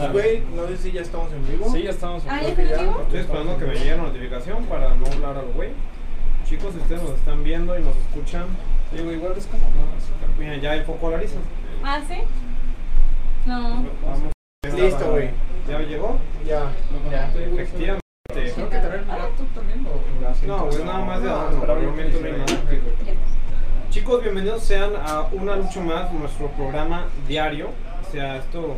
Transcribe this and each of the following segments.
güey, no sé si ya estamos en vivo. Sí, ya estamos en ¿Ya vivo. estamos en vivo? Estoy esperando que me llegue la notificación para no hablar a lo güey. Chicos, si ustedes nos están viendo y nos escuchan, digo, igual es como, no, mira, ya hay poco la risa. ¿Ah, sí? No. Vamos. Listo, güey. ¿Ya llegó? Ya. Efectivamente. ¿Tengo que traer mi laptop también o No, güey, nada más de adorno, realmente no hay nada. Chicos, bienvenidos sean a una lucha más, nuestro programa diario. O sea, esto,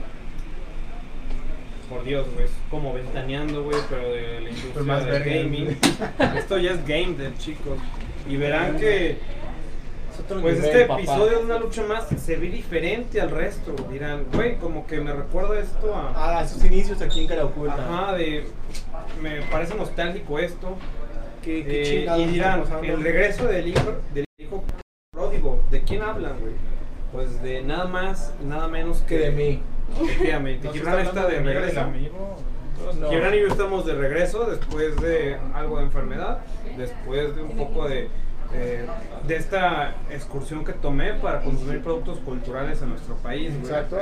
por Dios, güey, es como ventaneando, güey, pero de la industria más del verga, gaming. Esto ya es game de chicos. Y verán que, pues nivel, este papá. episodio de una lucha más se ve diferente al resto. Dirán, güey, como que me recuerda esto a... A sus inicios aquí en Cara Oculta. Ajá, me parece nostálgico esto. ¿Qué chingados Y dirán, está pasando? el regreso del hijo pródigo, ¿de quién hablan, güey? Pues de nada más, nada menos Que de mí. Efectivamente, ¿No se Gibran está está de hablando de mí, del regreso. amigo? No. Gibran y yo estamos de regreso después de algo de enfermedad, después de un poco de esta excursión que tomé para consumir productos culturales en nuestro país, güey. Exacto.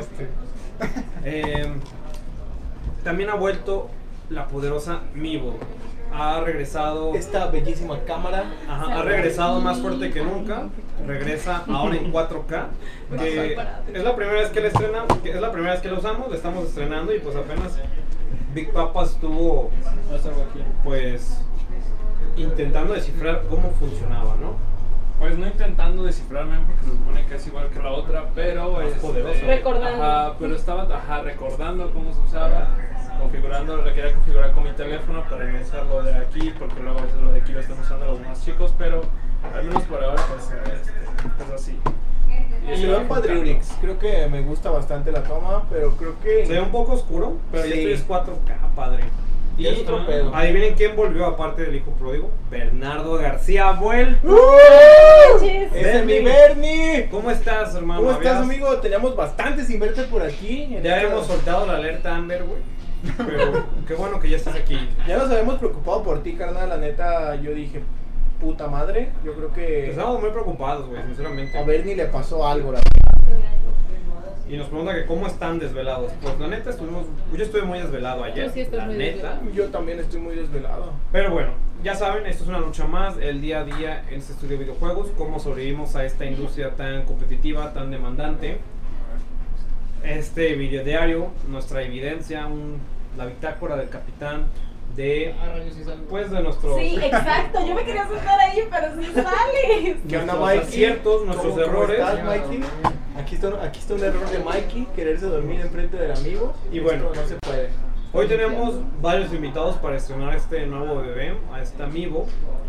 También ha vuelto la poderosa Mivo. Ha regresado. Esta bellísima cámara. Ajá, ha regresado más fuerte que nunca. Regresa ahora en 4K. Que es la primera vez que la estrenamos, es la primera vez que la usamos, la estamos estrenando y pues apenas Big Papa estuvo pues intentando descifrar cómo funcionaba, ¿no? Pues no intentando descifrarme porque se supone que es igual que la otra, pero Más poderosa. Recordando. Ajá, pero estaba recordando cómo se usaba, configurando, lo quería configurar con mi teléfono para iniciar lo de aquí, porque luego a veces lo de aquí lo están usando los más chicos, pero al menos por ahora pues es así. Y se ve padriurix. Creo que me gusta bastante la toma, pero creo que... Se ve un poco oscuro, pero Sí. ya esto es 4K, padre. Y Ya es otro pedo. adivinen quién volvió aparte del hijo pródigo. Bernardo García ha vuelto. Manches. ¡Ese es mi Bernie! ¿Cómo estás, hermano? ¿Cómo estás, Habías- amigo? Teníamos bastante sin verte por aquí. Ya hemos soltado la alerta Amber, güey. Pero qué bueno que ya estás aquí. Ya nos habíamos preocupado por ti, carnal. La neta, yo dije, puta madre. Yo creo que Estábamos muy preocupados, güey, sinceramente. a Bernie le pasó algo. Y nos preguntan que cómo están desvelados. Pues la neta yo estuve muy desvelado ayer, Tú sí estás la muy neta. desvelado. Yo también estoy muy desvelado. Pero bueno, ya saben, esto es una lucha más, el día a día en este estudio de videojuegos, cómo sobrevivimos a esta industria tan competitiva, tan demandante. Este video diario, nuestra evidencia, la bitácora del capitán de, pues de nuestros Sí, exacto. Yo me quería sentar ahí, pero sí sales. ¿Qué onda, nuestros Mikey? aciertos, nuestros ¿Cómo errores. estás, Mikey? Aquí está un error de Mikey, quererse dormir enfrente del amigo. Y bueno. Esto no se puede. Hoy tenemos varios invitados para estrenar este nuevo bebé, a este amigo.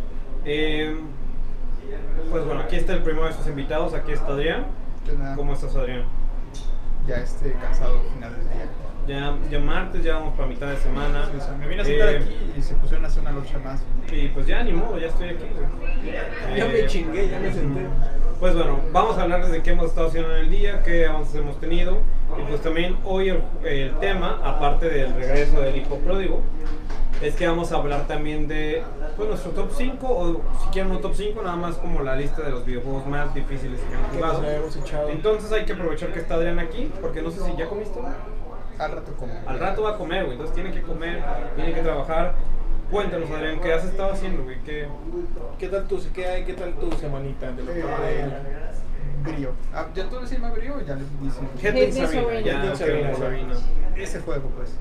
Pues bueno, aquí está el primero de estos invitados, aquí está Adrián. Que nada, ¿Cómo estás, Adrián? ya cansado final del día. Ya martes, ya vamos para mitad de semana. O sea, me vine a sentar aquí y se pusieron a hacer una lucha más. Y pues ya ni modo, ya estoy aquí, güey. Ya me chingué, ya me senté. Pues bueno, vamos a hablarles de qué hemos estado haciendo en el día, qué avances hemos tenido. Y pues también hoy el tema, aparte del regreso del hijo pródigo, es que vamos a hablar también de pues, nuestro top 5, o si quieren un top 5, nada más como la lista de los videojuegos más difíciles que han Que jugado. nos habíamos echado. Entonces hay que aprovechar que está Adrián aquí, porque no sé si ya comiste. Al rato como. Al rato va a comer, güey, entonces tiene que comer, tiene que trabajar. Cuéntanos, Adrián, ¿qué has estado haciendo, güey? ¿Qué tal tu semanita? De lo que Brío. Ah, ¿ya tú se llama Brío o ya le dicen? Heading Heading Sabina, Sabina. ya, Heading Sabina, Heading Sabina. Ese juego, pues.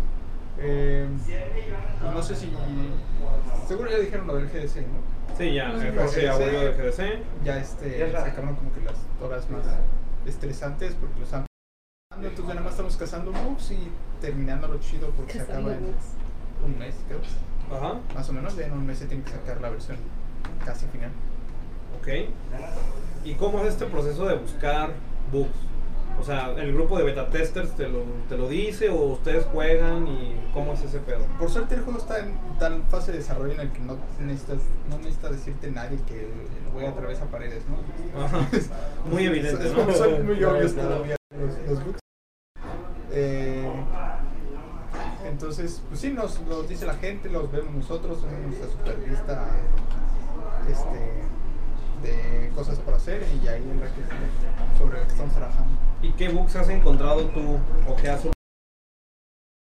No sé si. Seguro ya dijeron lo del GDC, ¿no? Sí, ya, Sí, José ya volvió de GDC. Ya se acabaron como que las horas más estresantes porque lo están pasando. Entonces ya nada más estamos cazando bugs y terminándolo chido porque se acaba en un mes, creo. Ajá, Más o menos, ya en un mes se tiene que sacar la versión casi final. ok. ¿Y cómo es este proceso de buscar bugs? O sea, ¿el grupo de beta testers te lo dice o ustedes juegan y cómo es ese pedo? Por suerte el juego está en tan fase de desarrollo en el que no necesita decirte nadie que el güey atraviesa paredes, ¿no? Ajá, muy evidente, ¿no? Son muy obvios todavía los bugs. Entonces, pues sí, nos dice la gente, los vemos nosotros, somos nuestra supervista de cosas por hacer y ahí en la que sobre lo que estamos trabajando. ¿Y qué bugs has encontrado tú o qué has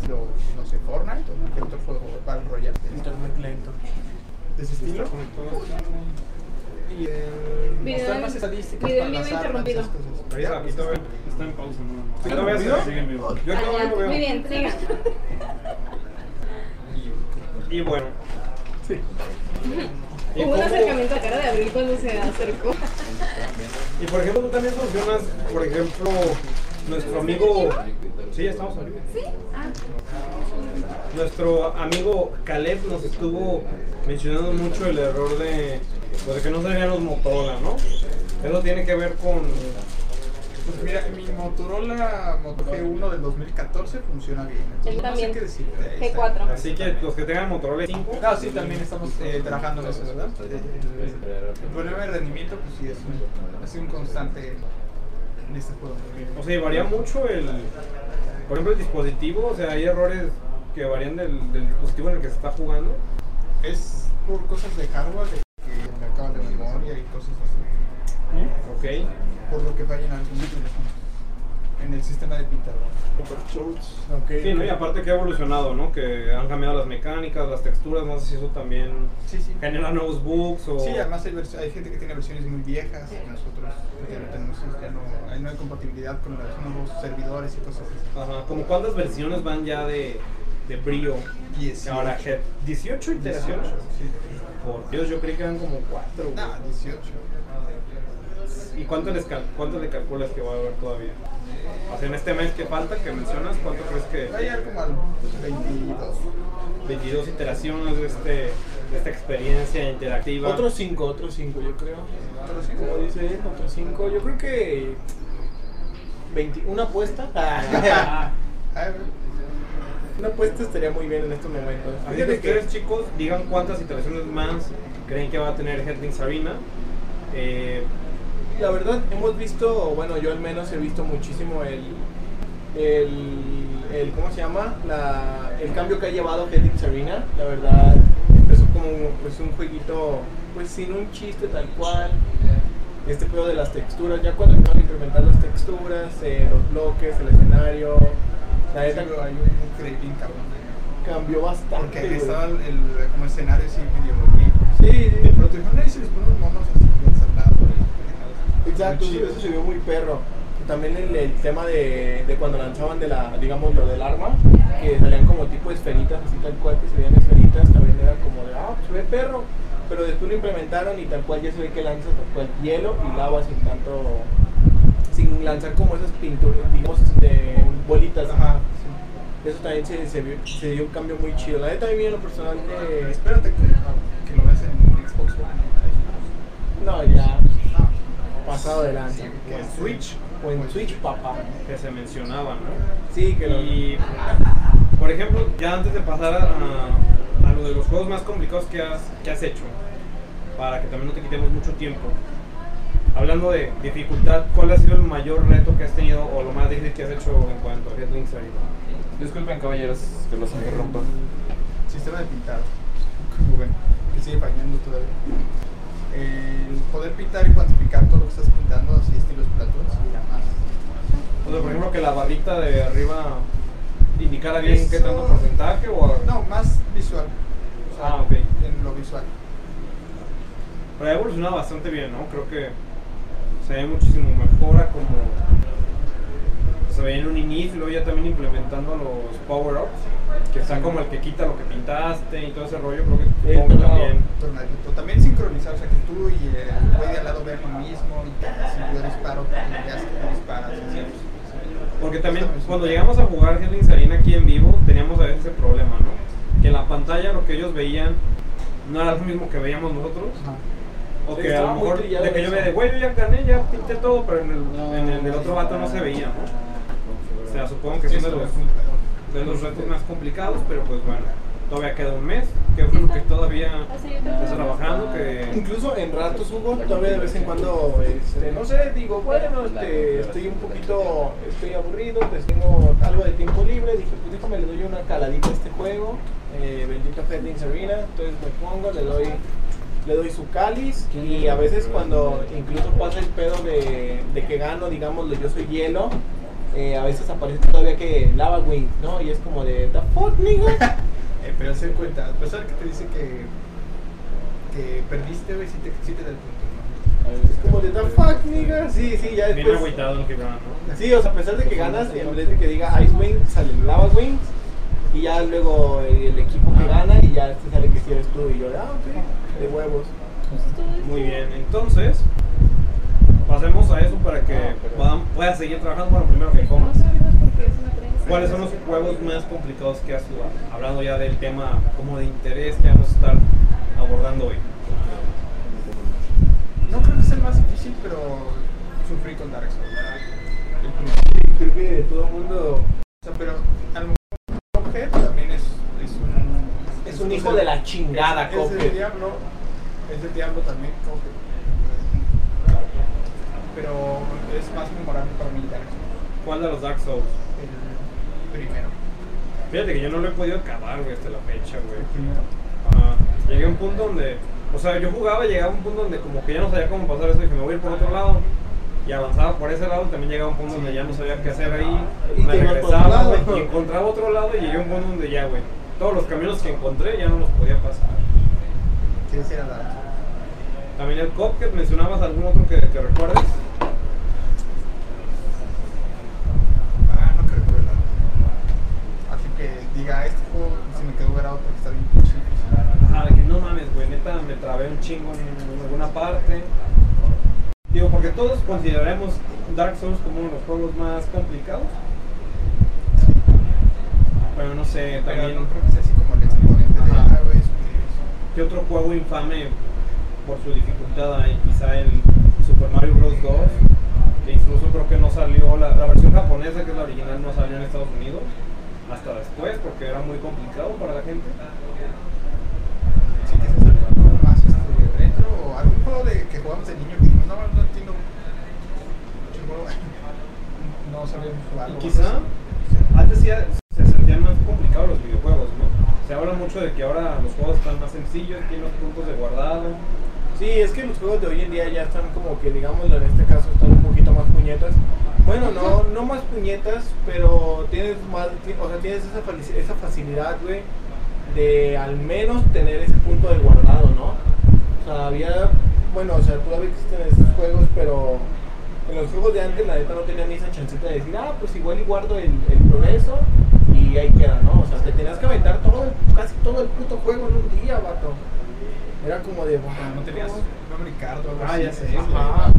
no sé, Fortnite o cualquier otro juego Battle Royale. Internet lento. De ese estilo. Y mostrar más estadísticas video para en vivo las armas, interrumpido. esas cosas. Ahorita, aquí todavía Está en pausa, ¿no? Sí, todavía ¿Interrumpido? sigue en vivo. Yo todavía lo veo. Muy bien, siga. Y bueno. Sí. ¿Y Hubo un cómo- acercamiento a cara de Abril cuando se acercó. Y por ejemplo, tú también solucionas, por ejemplo, nuestro amigo. Sí, ya estamos arriba. ¿Sí? Ah. Nuestro amigo Caleb nos estuvo mencionando mucho el error de, pues, de que no salían los Motorola, ¿no? Eso tiene que ver con. Pues mira, mi Motorola Moto G1 del 2014 funciona bien. Entonces, Él no sé también. qué decirte. Ahí está. G4. Así que los que tengan Motorola 5. Ah, sí, también estamos trabajando en eso, ¿verdad? El problema de rendimiento, pues sí, es un constante en este juego. O sea, y varía mucho por ejemplo, el dispositivo. O sea, hay errores que varían del dispositivo en el que se está jugando. Es por cosas de hardware, de que le acaban de memoria y cosas así. Ok. Por lo que fallan algunos teléfonos en el sistema de pintado. Okay. Sí, ¿no? Y aparte que ha evolucionado, ¿no? Que han cambiado las mecánicas, las texturas. No sé si eso también Sí, sí. genera nuevos bugs o. Sí, además hay gente que tiene versiones muy viejas, nosotros ya no tenemos, ahí no hay compatibilidad con los nuevos servidores y cosas así. Ajá. ¿Como cuántas versiones van ya de Brio? 18. Ahora, 18 iteraciones. Sí. Por Dios, yo creí que eran como 4. No, 18. ¿Y cuánto le calculas que va a haber todavía? O sea, en este mes que falta, que mencionas, ¿cuánto crees que? Va a llegar como al 22. 22 iteraciones de esta experiencia interactiva. Otros 5, yo creo. ¿Otros 5? Como dice él, otros 5. Yo creo que 20, una apuesta. A ver, Una apuesta estaría muy bien en estos momentos. Así que Fíjate que ustedes, chicos, digan cuántas iteraciones más creen que va a tener Headlings Arena. la verdad hemos visto, bueno, yo al menos he visto muchísimo el ¿cómo se llama? El cambio que ha llevado Headlings Arena. La verdad empezó como pues un jueguito pues sin un chiste tal cual. Este pedo de las texturas, ya cuando empezaron a implementar las texturas, los bloques, el escenario, la neta hay un creeping cabrón. cambió bastante. Porque güey. estaba como escenario así medio Sí, sí. pero te dijo, no, y se les ponen unos monos así bien saldados. Exacto, eso se vio muy perro. También el tema de cuando lanzaban digamos, lo del arma, que salían como tipo esferitas, así tal cual, que se veían esferitas, también era como de, se ve perro. Pero después lo implementaron y tal cual ya se ve que lanza tal cual hielo y lava sin lanzar como esas pinturas, digamos, de bolitas. Ajá, Eso también se dio un cambio muy chido. La neta, a mí en lo personal, espérate que lo veas en Xbox One. no, ya, pasado de lanza. O en Switch, O en Switch, papá. que se mencionaba, ¿no? Sí, que Y, por ejemplo, ya antes de pasar a lo de los juegos más complicados que has hecho, para que también no te quitemos mucho tiempo, hablando de dificultad, ¿cuál ha sido el mayor reto que has tenido o lo más difícil que has hecho en cuanto a Headlings Arena? Disculpen, caballeros, que los interrumpa. Sistema de pintado, como ven, que sigue fallando todavía. El poder pintar y cuantificar todo lo que estás pintando, así estilo Splatoon, sería más. O sea, por ejemplo, que la barrita de arriba indicara bien Eso- qué tanto porcentaje o... No, más visual. O sea, Ah, ok. En lo visual. Pero ha evolucionado bastante bien, ¿no? Creo que se ve muchísimo mejora como se veía en un inicio y luego ya también implementando los power-ups, que está como el que quita lo que pintaste y todo ese rollo, creo que supongo que también... Tornadito. También sincronizar, o sea, que tú y el güey de al lado vean lo mismo y que si yo disparo, también veas que tú disparas. Así. Porque también Está muy cuando súper. llegamos a jugar Headlings Arena aquí en vivo, teníamos a veces ese problema, ¿no? Que en la pantalla lo que ellos veían no era lo mismo que veíamos nosotros. O Sí, que a estaba lo muy mejor trillado de que yo eso. veía de, güey, yo ya gané, ya pinté todo, pero en el del otro vato no se veía, ¿no? O sea, supongo que Sí, son esto es un pedo. de los retos más complicados, pero pues bueno, todavía queda un mes, que es lo que todavía está trabajando, que... incluso en ratos, Hugo, todavía de vez en cuando, no sé, digo, bueno, estoy aburrido, pues tengo algo de tiempo libre, dije, pues déjame, le doy una caladita a este juego, bendito Headlings Arena, entonces me pongo, le doy su cáliz, y a veces cuando incluso pasa el pedo de que gano, digámoslo, yo soy hielo, a veces aparece todavía que Lava Wings, ¿no? Y es como de, ¿the fuck, nigga? Pero se cuenta, a pesar que te dice que perdiste, güey, sí te da el punto, ¿no? Es como de, ¿the fuck, nigga? Sí, ya Bien después. agüitado el Gibran, ¿no? Sí, o sea, a pesar de que ganas, en vez de que diga Ice Wings, sale Lava Wings. Y ya luego el equipo que gana y ya te sale que si eres tú. Y yo, ok, de huevos. Muy bien, entonces pasemos a eso para que puedas seguir trabajando. Bueno, primero que comas. ¿Cuáles son los juegos más complicados que has jugado? Hablando ya del tema como de interés que vamos a estar abordando hoy. No creo que sea el más difícil, pero sufrí con Dark Souls, ¿verdad? Creo que todo el mundo O sea, pero a lo mejor Cuphead también es un hijo de la chingada, es el Cuphead. diablo. Es el diablo también, Cuphead. Pero es más memorable para mí Dark Souls. ¿Cuál de los Dark Souls? El primero. Fíjate que yo no lo he podido acabar, güey, hasta la fecha, güey. El primero. Llegué a un punto donde, o sea, yo jugaba y llegaba a un punto donde como que ya no sabía cómo pasar eso y que me voy a ir por otro lado. Y avanzaba por ese lado, también llegaba a un punto donde ya no sabía qué hacer ahí. Y Me te ibas por otro regresaba, lado. güey, y encontraba otro lado y llegué a un punto donde ya, güey, todos los caminos que encontré ya no los podía pasar. Sí, ese era Dark Souls. También el Cuphead, ¿mencionabas algún otro que recuerdes? No creo que la. Así que diga, este juego se me quedó ver a otro que está bien pinche difícil. Ajá, de que no mames, güey, neta me trabé un chingo en alguna parte. Digo, porque todos consideramos Dark Souls como uno de los juegos más complicados. Pero no sé, Pero también. no creo que sea así como el exponente de Ajá. güey, ¿Qué otro juego infame por su dificultad hay? Quizá el Super Mario Bros. 2, que incluso creo que no salió, la versión japonesa, que es la original, no salió en Estados Unidos hasta después porque era muy complicado para la gente. Sí, que es algo más retro o algún juego que jugamos de niño que dijimos, no entiendo mucho el juego. No sabíamos jugarlo. Y quizá antes sí se sentían más complicados los videojuegos, ¿no? Se habla mucho de que ahora los juegos están más sencillos, tienen los puntos de guardado. Sí, es que los juegos de hoy en día ya están como que, digámoslo, en este caso están un poquito más puñetas. Bueno, no más puñetas, pero tienes más, o sea, tienes esa facilidad, güey, de al menos tener ese punto de guardado, ¿no? O sea, bueno, o sea, todavía existen esos juegos, pero en los juegos de antes la neta no tenían ni esa chancita de decir, pues igual y guardo el progreso y ahí queda, ¿no? O sea, te tenías que aventar casi todo el puto juego en un día, vato. Era como de, No tenías memory card o algo Ah, así. ya sé. Ajá.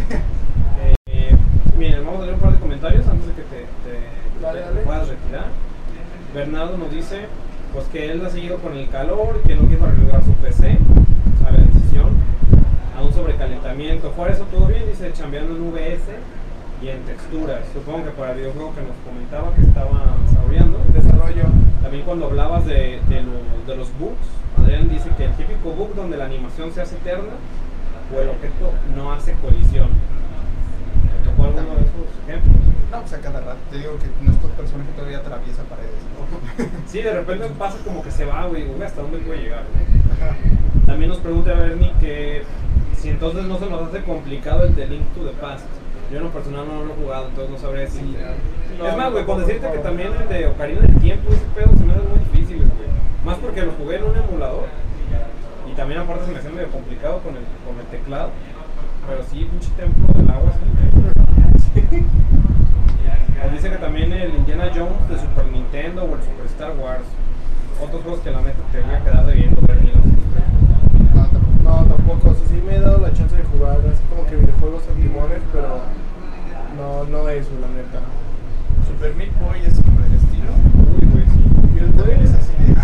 Miren, vamos a leer un par de comentarios antes de que te Dale. puedas retirar. Bernardo nos dice pues que él ha seguido con el calor, que no quiso arreglar su PC, sabe la decisión, a un sobrecalentamiento. Por eso todo bien, dice, chambeando en VS y en texturas. Supongo que para el videojuego que nos comentaba que estaba desarrollando. Desarrollo. También cuando hablabas de los bugs, Adrián dice que el típico bug donde la animación se hace eterna o el objeto no hace colisión. ¿Te tocó alguno de esos ejemplos? No, pues a cada rato. Te digo que nuestro personaje todavía atraviesa paredes, ¿no? Sí, de repente pasa como que se va, güey, hasta dónde puede llegar. También nos pregunta Bernie que si entonces no se nos hace complicado el de Link to the Past. Yo en lo personal no lo he jugado, entonces no sabré si... No, es más, güey, con tampoco, decirte que no. también el de Ocarina del Tiempo, ese pedo se me hace muy difícil, güey. Más porque lo jugué en un emulador y también aparte se me hacía medio complicado con el teclado. Pero sí, pinche templo del agua, sí. O dice que también el Indiana Jones de Super Nintendo o el Super Star Wars. Otros juegos que la neta te voy a quedar debiendo ver ni los- No, tampoco. O sea, sí me he dado la chance de jugar así como que videojuegos antiguos, pero no eso, la neta. Super Meat Boy es como del estilo. Uy, güey, sí. Y el también es así de,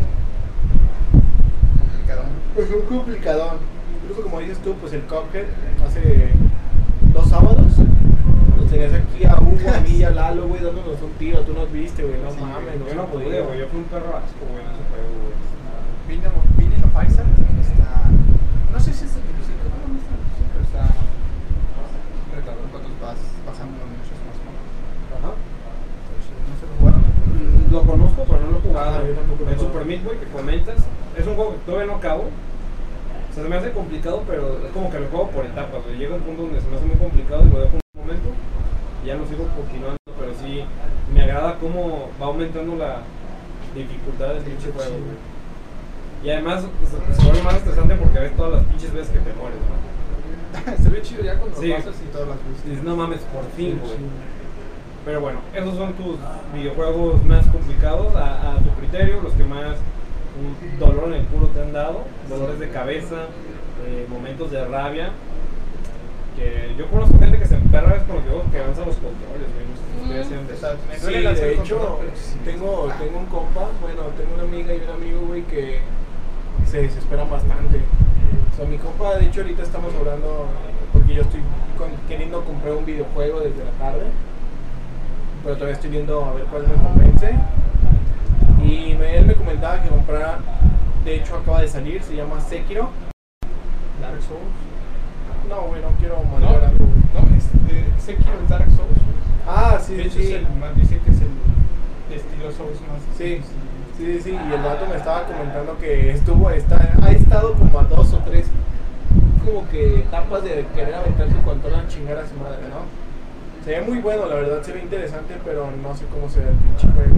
complicadón. Es un complicadón. Incluso como dices tú, pues el Cuphead hace 2 sábados los tenías aquí a Hugo, a mí y a Lalo, güey, dándonos un tiro. Tú nos viste, güey, no Sí, mames. yo no pude, güey. Yo fui un perro asco, güey, en ese juego, güey. Vine of Isaac está. No sé si es el difícil, no está difícil, pero está retador cuando vas pasando muchos más mapas. Ajá. No se lo jugaron. Lo conozco, pero no lo he jugado. Ah, yo tampoco lo he El jugado. Super Meat Boy que comentas es un juego que todavía no acabo. O sea, se me hace complicado, pero es como que lo juego por etapas. Güey. Llega un punto donde se me hace muy complicado y lo dejo un momento y ya lo sigo continuando. Pero sí, me agrada cómo va aumentando la dificultad del pinche juego, güey. Y además se vuelve más estresante porque ves todas las pinches veces que te mueres, ¿no? Se ve chido ya cuando Sí. lo pasas y todas las Y veces. dices, no mames, por fin, güey. Pero bueno, esos son tus videojuegos más complicados a tu criterio, los que más un dolor en el culo te han dado, dolores de cabeza, momentos de rabia. Que yo conozco gente que se emperra con los videojuegos que avanzan los controles, güey. No sé si ustedes sean de O sea, me Sí, duele lanzar de el hecho, control, pero sí. tengo un compa, bueno, tengo una amiga y un amigo, güey, que se desesperan bastante. O sea, mi compa, de hecho, ahorita estamos hablando, porque yo estoy queriendo comprar un videojuego desde la tarde, pero todavía estoy viendo a ver cuál me convence. Y él me comentaba que comprara, de hecho, acaba de salir, se llama Sekiro. Dark Souls. No, güey, no quiero No, mandar algo. no, Sekiro es Dark Souls. Ah, sí, De hecho, sí. es el más, dice que es el estilo Souls más. Sí, sí, sí, y el vato me estaba comentando que ha estado como a 2 o 3 como que etapas de querer aventar su control a chingar a su madre, ¿no? Se ve muy bueno, la verdad, se ve interesante, pero no sé cómo se ve el pinche juego.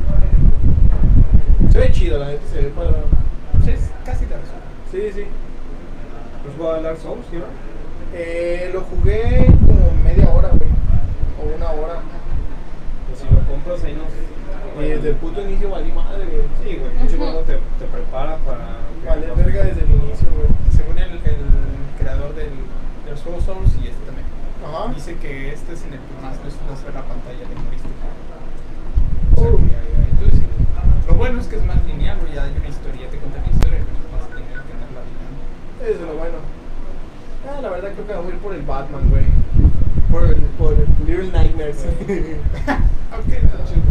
Se ve chido, la neta, se ve para... Sí, es casi Dark Souls. Sí, sí. ¿Has jugado al Dark Souls, sí, no? Lo jugué como media hora, güey, o una hora. Pues si lo compras ahí no sé. Y desde el puto inicio valí madre, güey. Sí, güey, pinche juego te prepara para... Vale, verga desde el inicio, güey. Según el creador del Soul Souls y este también. Ajá. Dice que este es en el que más no se ve la pantalla de humorística. O sea, entonces, sí. Lo bueno es que es más lineal, güey, ya hay una historia, te cuenta la historia, y vas a tener que andarla lineal. Eso es lo bueno. La verdad creo que me voy a ir por el Batman, güey. Por Little Nightmares. Ok, está chido.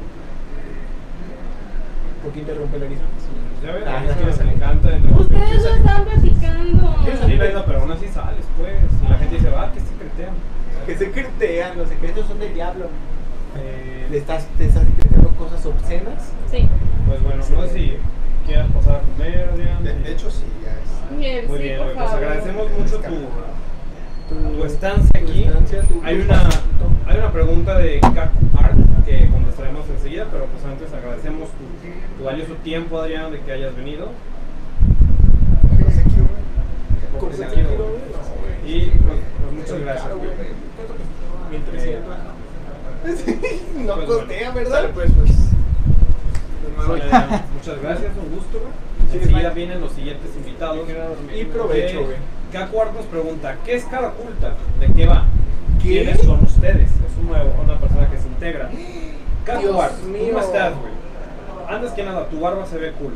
¿Por qué interrumpe la risa? Ya ves, Ah, a ya veces quiero me encanta entre los Ustedes pinches. lo están platicando. Sí, Laila, pero aún así sales, pues. Y la gente dice, va, que se secretean. Que secretean, los secretos son del diablo. Te estás secretando cosas obscenas. Sí. Pues bueno, no sé si quieras pasar a comer, Adrián. De hecho, sí, ya es. Bien, Muy sí, bien, por güey, pues favor. agradecemos mucho tu estancia aquí. estancia, tu- Hay una pregunta de Kaku Art que contestaremos enseguida, pero pues antes agradecemos tu valioso tiempo, Adrián, de que hayas venido. Pero Sekiro, güey. ¿Cómo Sekiro, Sekiro, güey. güey? Y pues muchas gracias, Caro, güey. güey. 1300. No Pues costea, bueno. ¿verdad? Sale, pues. Me voy. Adrián, muchas gracias, un gusto, güey. Sí, Enseguida bye. vienen los siguientes invitados. Y provecho, güey. Kaku Art nos pregunta, ¿qué es Cara Oculta? ¿De qué va? ¿Qué? ¿Quiénes son ustedes? Es una persona que se integra. Kaku Dios Art, mío. ¿cómo estás, güey? Antes que nada, tu barba se ve cool.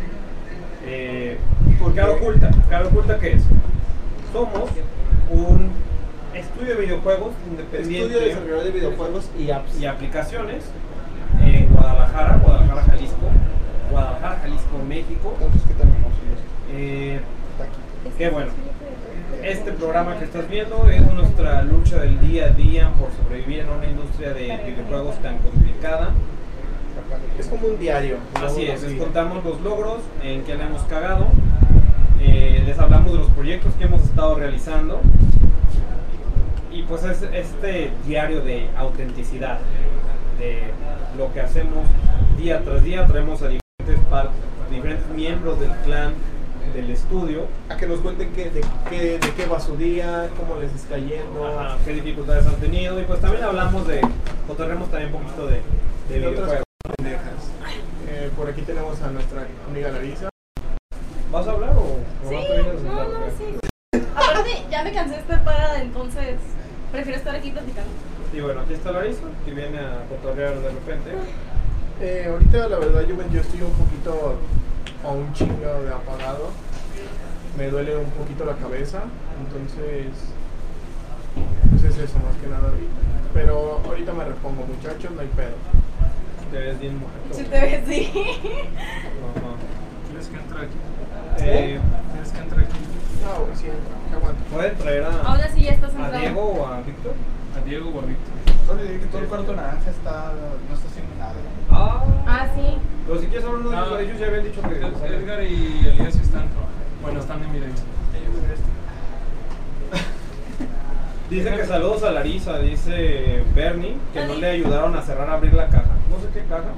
¿Por qué? Cara Oculta. ¿Cara Oculta qué es? Somos un estudio de videojuegos independiente Estudio de desarrollador de videojuegos y apps. y aplicaciones en Guadalajara, Jalisco, México. Entonces, ¿qué tal hermoso Eh, está aquí? Qué bueno. Este programa que estás viendo es nuestra lucha del día a día por sobrevivir en una industria de videojuegos tan complicada. Es como un diario. Así ¿no? es, les Sí. contamos los logros, en que le hemos cagado, les hablamos de los proyectos que hemos estado realizando y pues es este diario de autenticidad de lo que hacemos día tras día. Traemos a diferentes miembros del clan del estudio. A que nos cuenten de qué va su día, cómo les está yendo. Ajá, qué dificultades han tenido y pues también hablamos cotorremos también un poquito de De otras videojuegos. pendejas. Por aquí tenemos a nuestra amiga Larisa. ¿Vas a hablar o Sí, nomás te vienes a no, sentar? no, sí. Aparte, ya me cansé de estar parada, entonces prefiero estar aquí platicando. Y bueno, aquí está Larisa, que viene a cotorrear de repente. Ahorita la verdad yo estoy un poquito a un chingo de apagado. Me duele un poquito la cabeza, entonces pues es eso más que nada ahorita. Pero ahorita me repongo, muchachos, no hay pedo. Te ves bien muerto. Si te ves, sí. Ajá. ¿Quieres que entre aquí? ¿Quieres que entre aquí? Ah, güey, sí, aguanta. ¿Pueden traer Aún así ya estás a entrado. Diego o a Víctor? A Diego o a Víctor. Solo diré que todo el cuarto naranja no está haciendo nada. Ah, sí. Pero si quieres hablar uno de ellos, ellos ya habían dicho que... Edgar y Elías sí están trabajando. Bueno, están en video. Dice que saludos a Larisa, dice Bernie, que no le ayudaron a cerrar, a abrir la caja. No sé qué caja.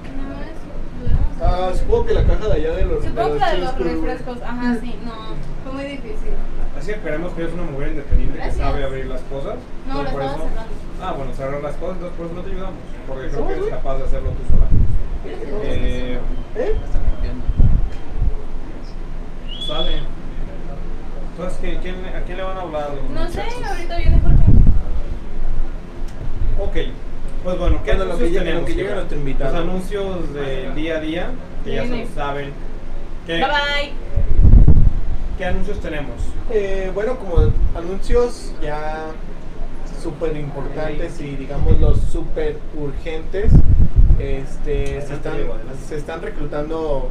Supongo que la caja de allá de los... Supongo que la de los chips, refrescos. Ajá, sí, no. Fue muy difícil. Así que creemos que es una mujer independiente Gracias. que sabe abrir las cosas. No, Entonces, la por estaba eso- cerrando. Ah, bueno, cerrar las cosas, entonces por eso no te ayudamos. Porque creo que eres capaz de hacerlo tú sola. ¿Eh? Sale. Entonces, ¿a quién le van a hablar? los No sé, muchachos? ahorita viene Jorge. Ok, pues bueno, ¿qué Bueno, lo anuncios que llegue- tenemos? lo que llegue Iván? nuestro invitado. Los anuncios del día a día, que ya Viene. se saben. ¿Qué, Bye bye. ¿Qué anuncios tenemos? Bueno, como anuncios ya súper importantes y digamos los súper urgentes, se están reclutando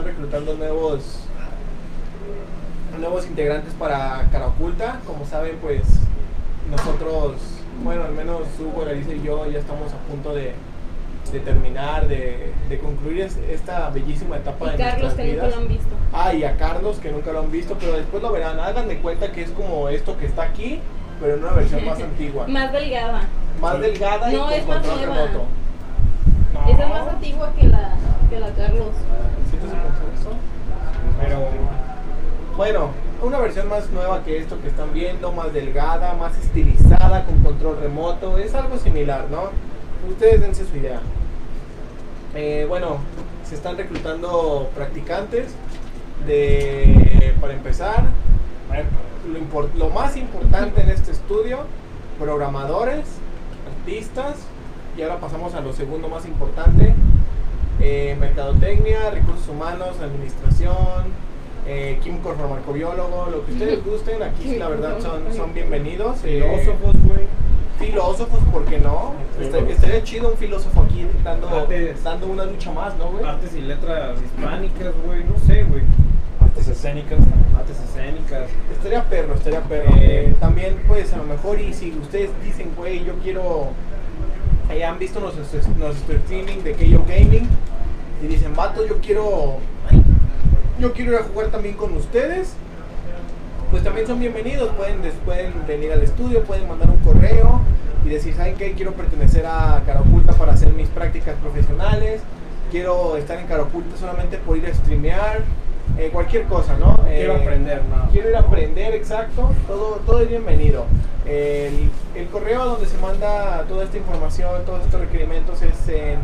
nuevos integrantes para Cara Oculta. Como saben, pues nosotros, bueno, al menos Hugo, Larisa y yo ya estamos a punto de terminar, de concluir esta bellísima etapa Y de Carlos, nuestras que nunca vidas. lo han visto. Ah, y a Carlos, que nunca lo han visto, pero después lo verán. Hagan de cuenta que es como esto que está aquí, pero en una versión más antigua. Más delgada. Más delgada y No, con es más control nueva. remoto. Esa es más antigua que la Carlos. ¿Sí te pensó eso? Pero Bueno, una versión más nueva que esto que están viendo, más delgada, más estilizada, con control remoto. Es algo similar, ¿no? Ustedes dense su idea. Bueno, se están reclutando practicantes para empezar. Lo más importante en este estudio, programadores, artistas, y ahora pasamos a lo segundo más importante, mercadotecnia, recursos humanos, administración, químico farmacobiólogo, lo que ustedes gusten, aquí la verdad son bienvenidos. filósofos, güey. Filósofos, ¿por qué no? Estaría chido un filósofo aquí dando una lucha más, ¿no, güey? Artes y letras hispánicas, güey. No sé, güey. Artes escénicas también. Artes escénicas. Estaría perro. También, pues, a lo mejor, y si ustedes dicen, güey, yo quiero... han visto nuestro streaming de KO Gaming y dicen, vato, yo quiero ir a jugar también con ustedes, pues también son bienvenidos. Pueden venir al estudio, pueden mandar un correo y decir, ¿saben qué? Quiero pertenecer a Cara Oculta para hacer mis prácticas profesionales, quiero estar en Cara Oculta solamente por ir a streamear, cualquier cosa, ¿no? Quiero aprender, ¿no? Quiero ir a aprender, exacto, todo es bienvenido. El correo donde se manda toda esta información, todos estos requerimientos es en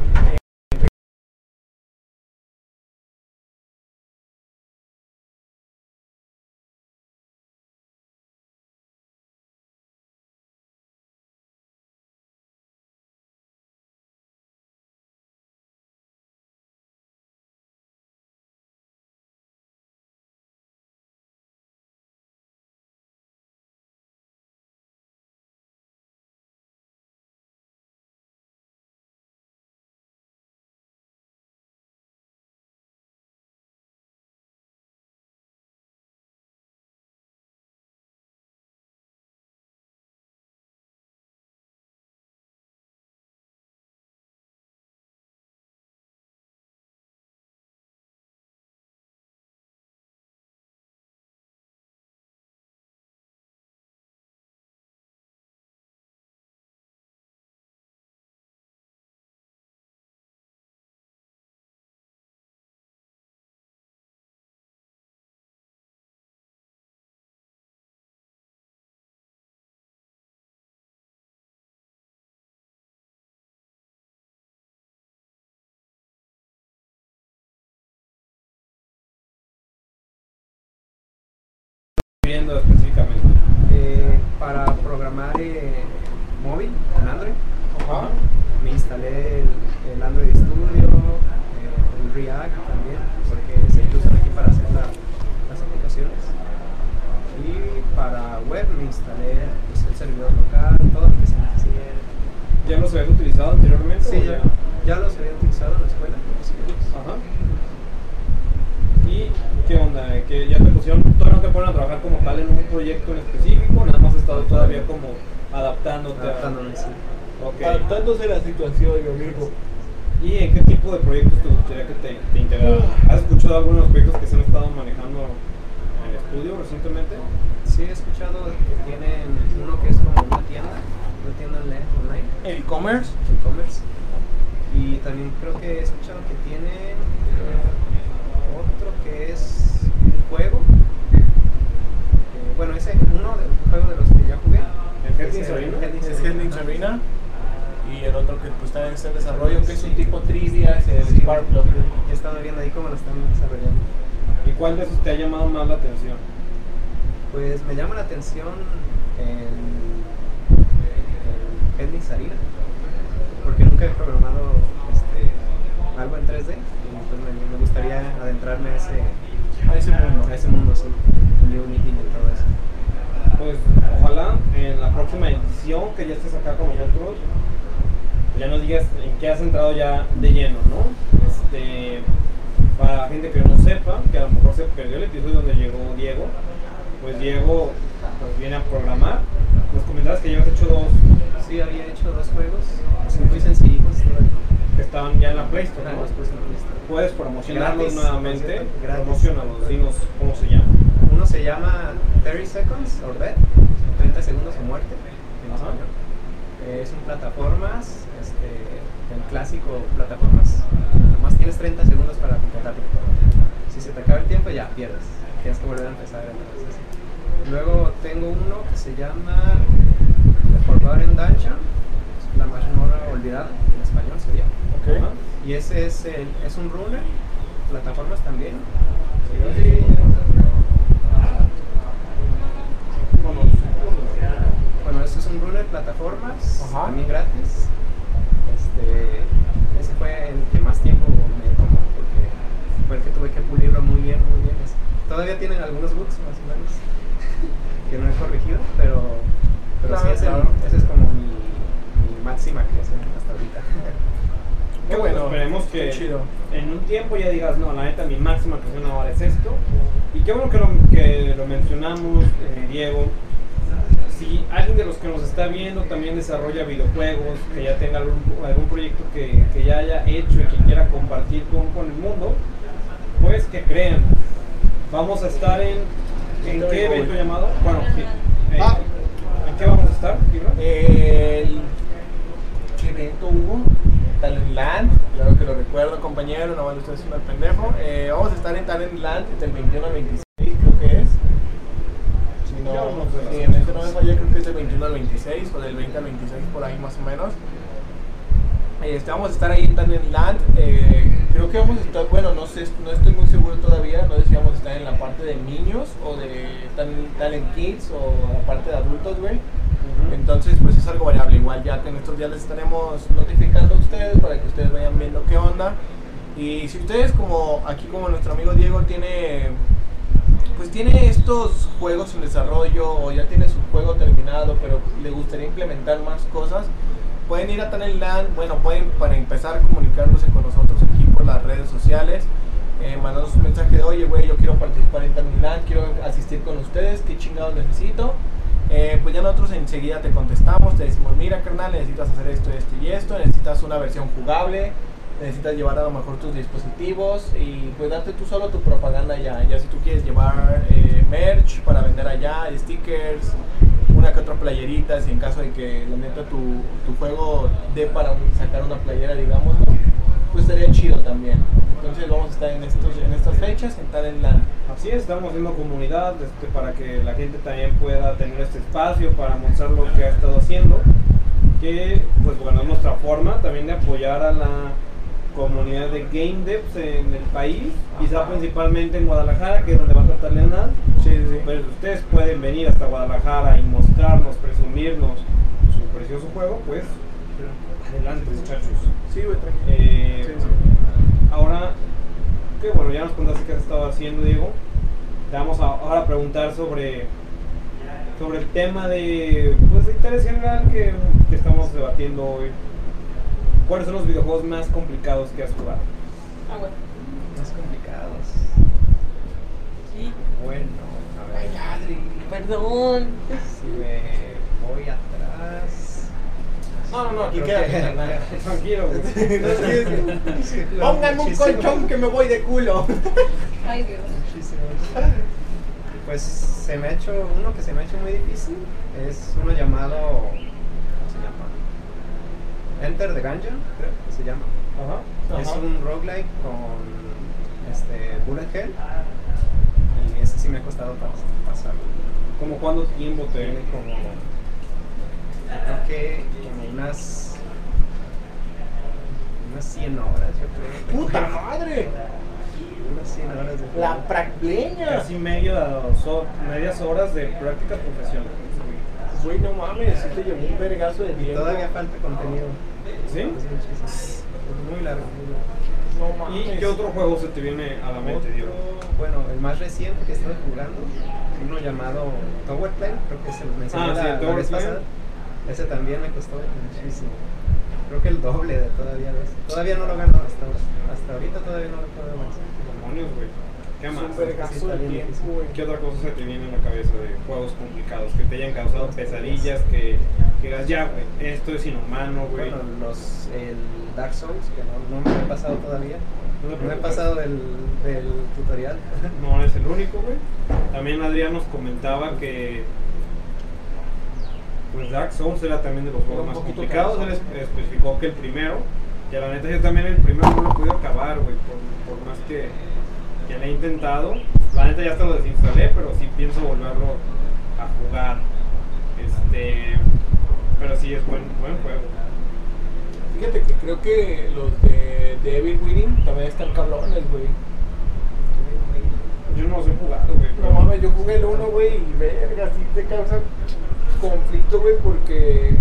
Viendo específicamente. Para programar móvil en Android, Ajá. me instalé el Android Studio, el React también, porque se usan aquí para hacer las aplicaciones. Y para web me instalé pues, el servidor local, todo lo que se necesite. ¿Ya los habías utilizado anteriormente? Sí, o ya los había utilizado en la escuela. Ajá. ¿Y qué onda? ¿Que ya te pusieron, todavía no te ponen a trabajar como tal en un proyecto en específico? Nada más has estado todavía como adaptándote. Adaptándome, sí. Ok. Adaptándose a la situación, mi amigo. ¿Y en qué tipo de proyectos te gustaría que te integraran? ¿Has escuchado algunos proyectos que se han estado manejando el estudio recientemente. Sí, he escuchado que tienen uno que es como una tienda online, El e-commerce. e-commerce. Y también creo que he escuchado que tienen otro que es un juego. Bueno, ese uno del juego de los que ya jugué. ¿El Headless Arena? Es Headless Arena. Y el otro que pues está en este desarrollo, que es un tipo trivia, es el Sí, Sparkplug. he estado viendo ahí cómo lo están desarrollando. ¿Y cuál de esos te ha llamado más la atención? Pues me llama la atención el Headless Arena, porque nunca he programado algo en 3D y pues me gustaría adentrarme a ese mundo, sí, el Unity y todo eso. Pues ojalá en la próxima edición que ya estés acá con nosotros, ya nos digas en qué has entrado ya de lleno, ¿no? Para la gente que no sepa, que a lo mejor se perdió el episodio donde llegó Diego, pues Diego pues viene a programar. Nos comentabas que ya has hecho 2 Sí, había hecho 2 juegos, así muy sencillitos, que estaban ya en la Play Store, ¿no? los puse en la lista. Puedes promocionarlos Gratis, nuevamente, por cierto, gratis. promocionalos, dinos cómo se llama. Uno se llama 30 Seconds or Dead, 30 segundos o muerte en Ajá. español. Es un plataformas, el clásico plataformas. Nomás tienes 30 segundos para completarlo. Si se te acaba el tiempo ya pierdes, tienes que volver a empezar entonces. Luego tengo uno que se llama The Forgotten Dungeon, la mazmorra olvidada en español sería. Ok. Y ese es un runner, plataformas también. Bueno, este es un runner plataformas, Ajá. también gratis. Ese fue el que más tiempo me tomó porque fue el que tuve que pulirlo muy bien. Todavía tienen algunos bugs más o menos que no he corregido, pero sí, ese es como mi máxima creación hasta ahorita. Qué bueno. Esperemos Qué que chido. en un tiempo ya digas, no, la neta, mi máxima creación ahora es esto. Y qué bueno que lo mencionamos, Diego. Si alguien de los que nos está viendo también desarrolla videojuegos, que ya tenga algún proyecto que ya haya hecho y que quiera compartir con el mundo, pues que crean. Vamos a estar ¿en qué evento llamado? Bueno, sí. ¿En qué vamos a estar, Fibra? ¿Qué evento hubo? Talentland, claro que lo recuerdo, compañero, no van ustedes siendo el pendejo. Vamos a estar en Talentland del 21 al 26, creo que es. Si no, si en este no me falla, creo que es del 21 al 26 o del 20 al 26, por ahí más o menos. Vamos a estar ahí en Talentland. Creo que vamos a estar, bueno, no sé, no estoy muy seguro todavía, no sé si vamos a estar en la parte de niños o de Talent Kids o la parte de adultos, güey. Entonces, pues es algo variable. Igual ya que en estos días les estaremos notificando a ustedes para que ustedes vayan viendo qué onda. Y si ustedes, como nuestro amigo Diego tiene estos juegos en desarrollo o ya tiene su juego terminado, pero le gustaría implementar más cosas, pueden ir a Talentland. Bueno, pueden para empezar comunicándose con nosotros aquí por las redes sociales. Mandarnos un mensaje de, oye, güey, yo quiero participar en Talentland, quiero asistir con ustedes, qué chingados necesito. Pues ya nosotros enseguida te contestamos, te decimos, mira carnal, necesitas hacer esto y esto, necesitas una versión jugable, necesitas llevar a lo mejor tus dispositivos y pues darte tú solo tu propaganda ya si tú quieres llevar merch para vender allá, stickers, una que otra playerita, si en caso de que la neta tu juego dé para sacar una playera, digamos, ¿no? Pues estaría chido también. Entonces vamos a estar en estas fechas, en Talentland. Así es, estamos haciendo comunidad para que la gente también pueda tener este espacio para mostrar lo que ha estado haciendo, que pues bueno, es nuestra forma también de apoyar a la comunidad de game devs en el país, quizá principalmente en Guadalajara, que es donde va a tratar Leonard. Sí. Pero ustedes pueden venir hasta Guadalajara y mostrarnos, presumirnos su precioso juego, pues adelante, muchachos. Sí, güey, tranquilo. Sí. Ahora, que bueno, ya nos contaste qué has estado haciendo, Diego. Te vamos ahora a preguntar sobre el tema de interés general que estamos debatiendo hoy. ¿Cuáles son los videojuegos más complicados que has jugado? Bueno. Más complicados. Sí. Bueno, a ver. Ay, Adri, perdón. Si me voy atrás. No, aquí Creo queda. que- Tranquilo, güey. Pónganme un colchón que me voy de culo. Ay, Dios. Muchísimos. Pues se me ha hecho, uno que se me ha hecho muy difícil es uno llamado, ¿cómo se llama? Enter the Gungeon, creo que se llama. Ajá. Es un roguelike con bullet hell y ese sí me ha costado pasarlo. ¿Cómo cuánto tiempo te...? Tiene como, yo creo que como unas 100 horas, yo creo. ¡Puta madre! Unas 100 horas de La juego. pracleña. Casi medias horas de práctica profesional. Güey, no mames, sí te llevó un vergazo de Y tiempo. todavía falta contenido. ¿Sí? Es muchísimo. Es muy largo, muy largo. No mames. ¿Y qué otro juego se te viene a la mente, Diego? Bueno, el más reciente que estuve jugando, uno llamado Tower Play, creo que se los mencioné Ah, sí, la Tower vez Play. pasada. Ese también me costó muchísimo. Creo que el doble de todavía de ese. Todavía no lo gano hasta ahorita todavía no lo puedo vencer. Demonios, güey. ¿Qué Es más? un vergazo Sí, está de bien tiempo, difícil. güey. ¿Qué otra cosa se te viene en la cabeza de juegos complicados que te hayan causado pesadillas, que digas, ya, güey, esto es inhumano, güey? Bueno, el Dark Souls, que no me he pasado todavía. No te No me he preocupes. pasado del tutorial. No es el único, güey. También Adrián nos comentaba que pues Dark Souls era también de los juegos Era un más poquito complicados. Él cansado. especificó que el primero, y a la neta yo también el primero no lo pude acabar, güey, por más que le he intentado. La neta ya hasta lo desinstalé, pero sí pienso volverlo a jugar. Pero sí es buen juego. Fíjate que creo que los de Devil Within también están cabrones, güey. Yo no los he jugado, güey. No mames, yo jugué el 1, güey, y verga, sí te causa conflicto, güey, porque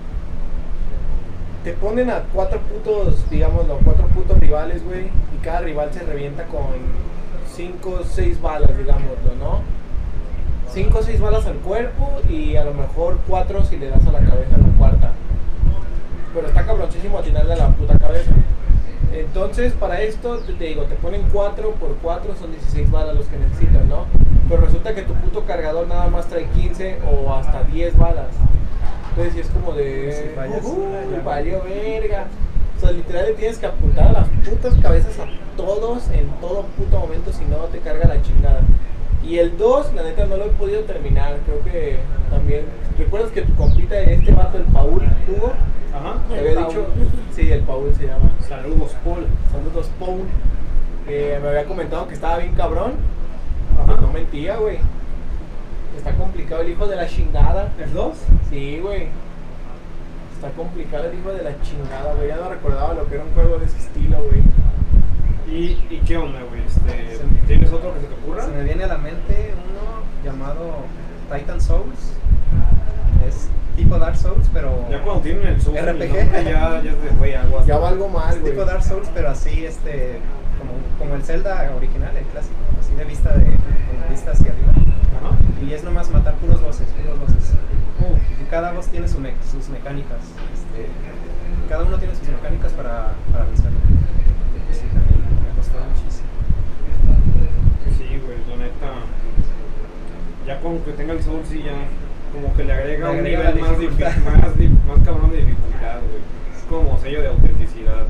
te ponen a 4 putos, digámoslo, 4 putos rivales, güey, y cada rival se revienta con 5 o 6 balas, digámoslo, ¿no? 5 o 6 balas al cuerpo y a lo mejor 4 si le das a la cabeza en la cuarta. Pero está cabroncísimo atinarle a la puta cabeza. Entonces, para esto, te digo, te ponen 4 por 4, son 16 balas los que necesitas, ¿no? Pero resulta que tu puto cargador nada más trae 15 o hasta 10 balas. Entonces, sí es como de... Si fallas una, ya valió verga. O sea, literal le tienes que apuntar a las putas cabezas a todos en todo puto momento, si no te carga la chingada. Y el 2, la neta, no lo he podido terminar. Creo que también... ¿Recuerdas que tu compita de este vato, el Paul, Hugo? Ajá. Te había dicho... Sí, el Paul se llama. Saludos, Paul. Saludos, Paul. Me había comentado que estaba bien cabrón. Ajá. No mentía, güey. Está complicado el hijo de la chingada. ¿El 2? Sí, güey. Está complicado el hijo de la chingada, güey. Ya no recordaba lo que era un juego de ese estilo, güey. ¿Y qué onda, güey? ¿Tienes otro que se te ocurra? Se me viene a la mente uno llamado Titan Souls. Es tipo Dark Souls, pero Ya cuando tienen el Souls en el RPG. nombre, ya es de, güey, algo así. Ya va algo mal, es güey. tipo Dark Souls, pero así como el Zelda original, el clásico, así de vista vista hacia arriba. Ajá. Y es nomás matar puros bosses. Y cada boss tiene sus mecánicas. Cada uno tiene sus mecánicas para vencerlo. Sí, también me costó muchísimo. Sí, güey, la neta. Ya con que tenga el Soul, sí, ya como que le agrega Le un agrega nivel la más, dificultad. más cabrón de dificultad, güey. Es como sello de autenticidad.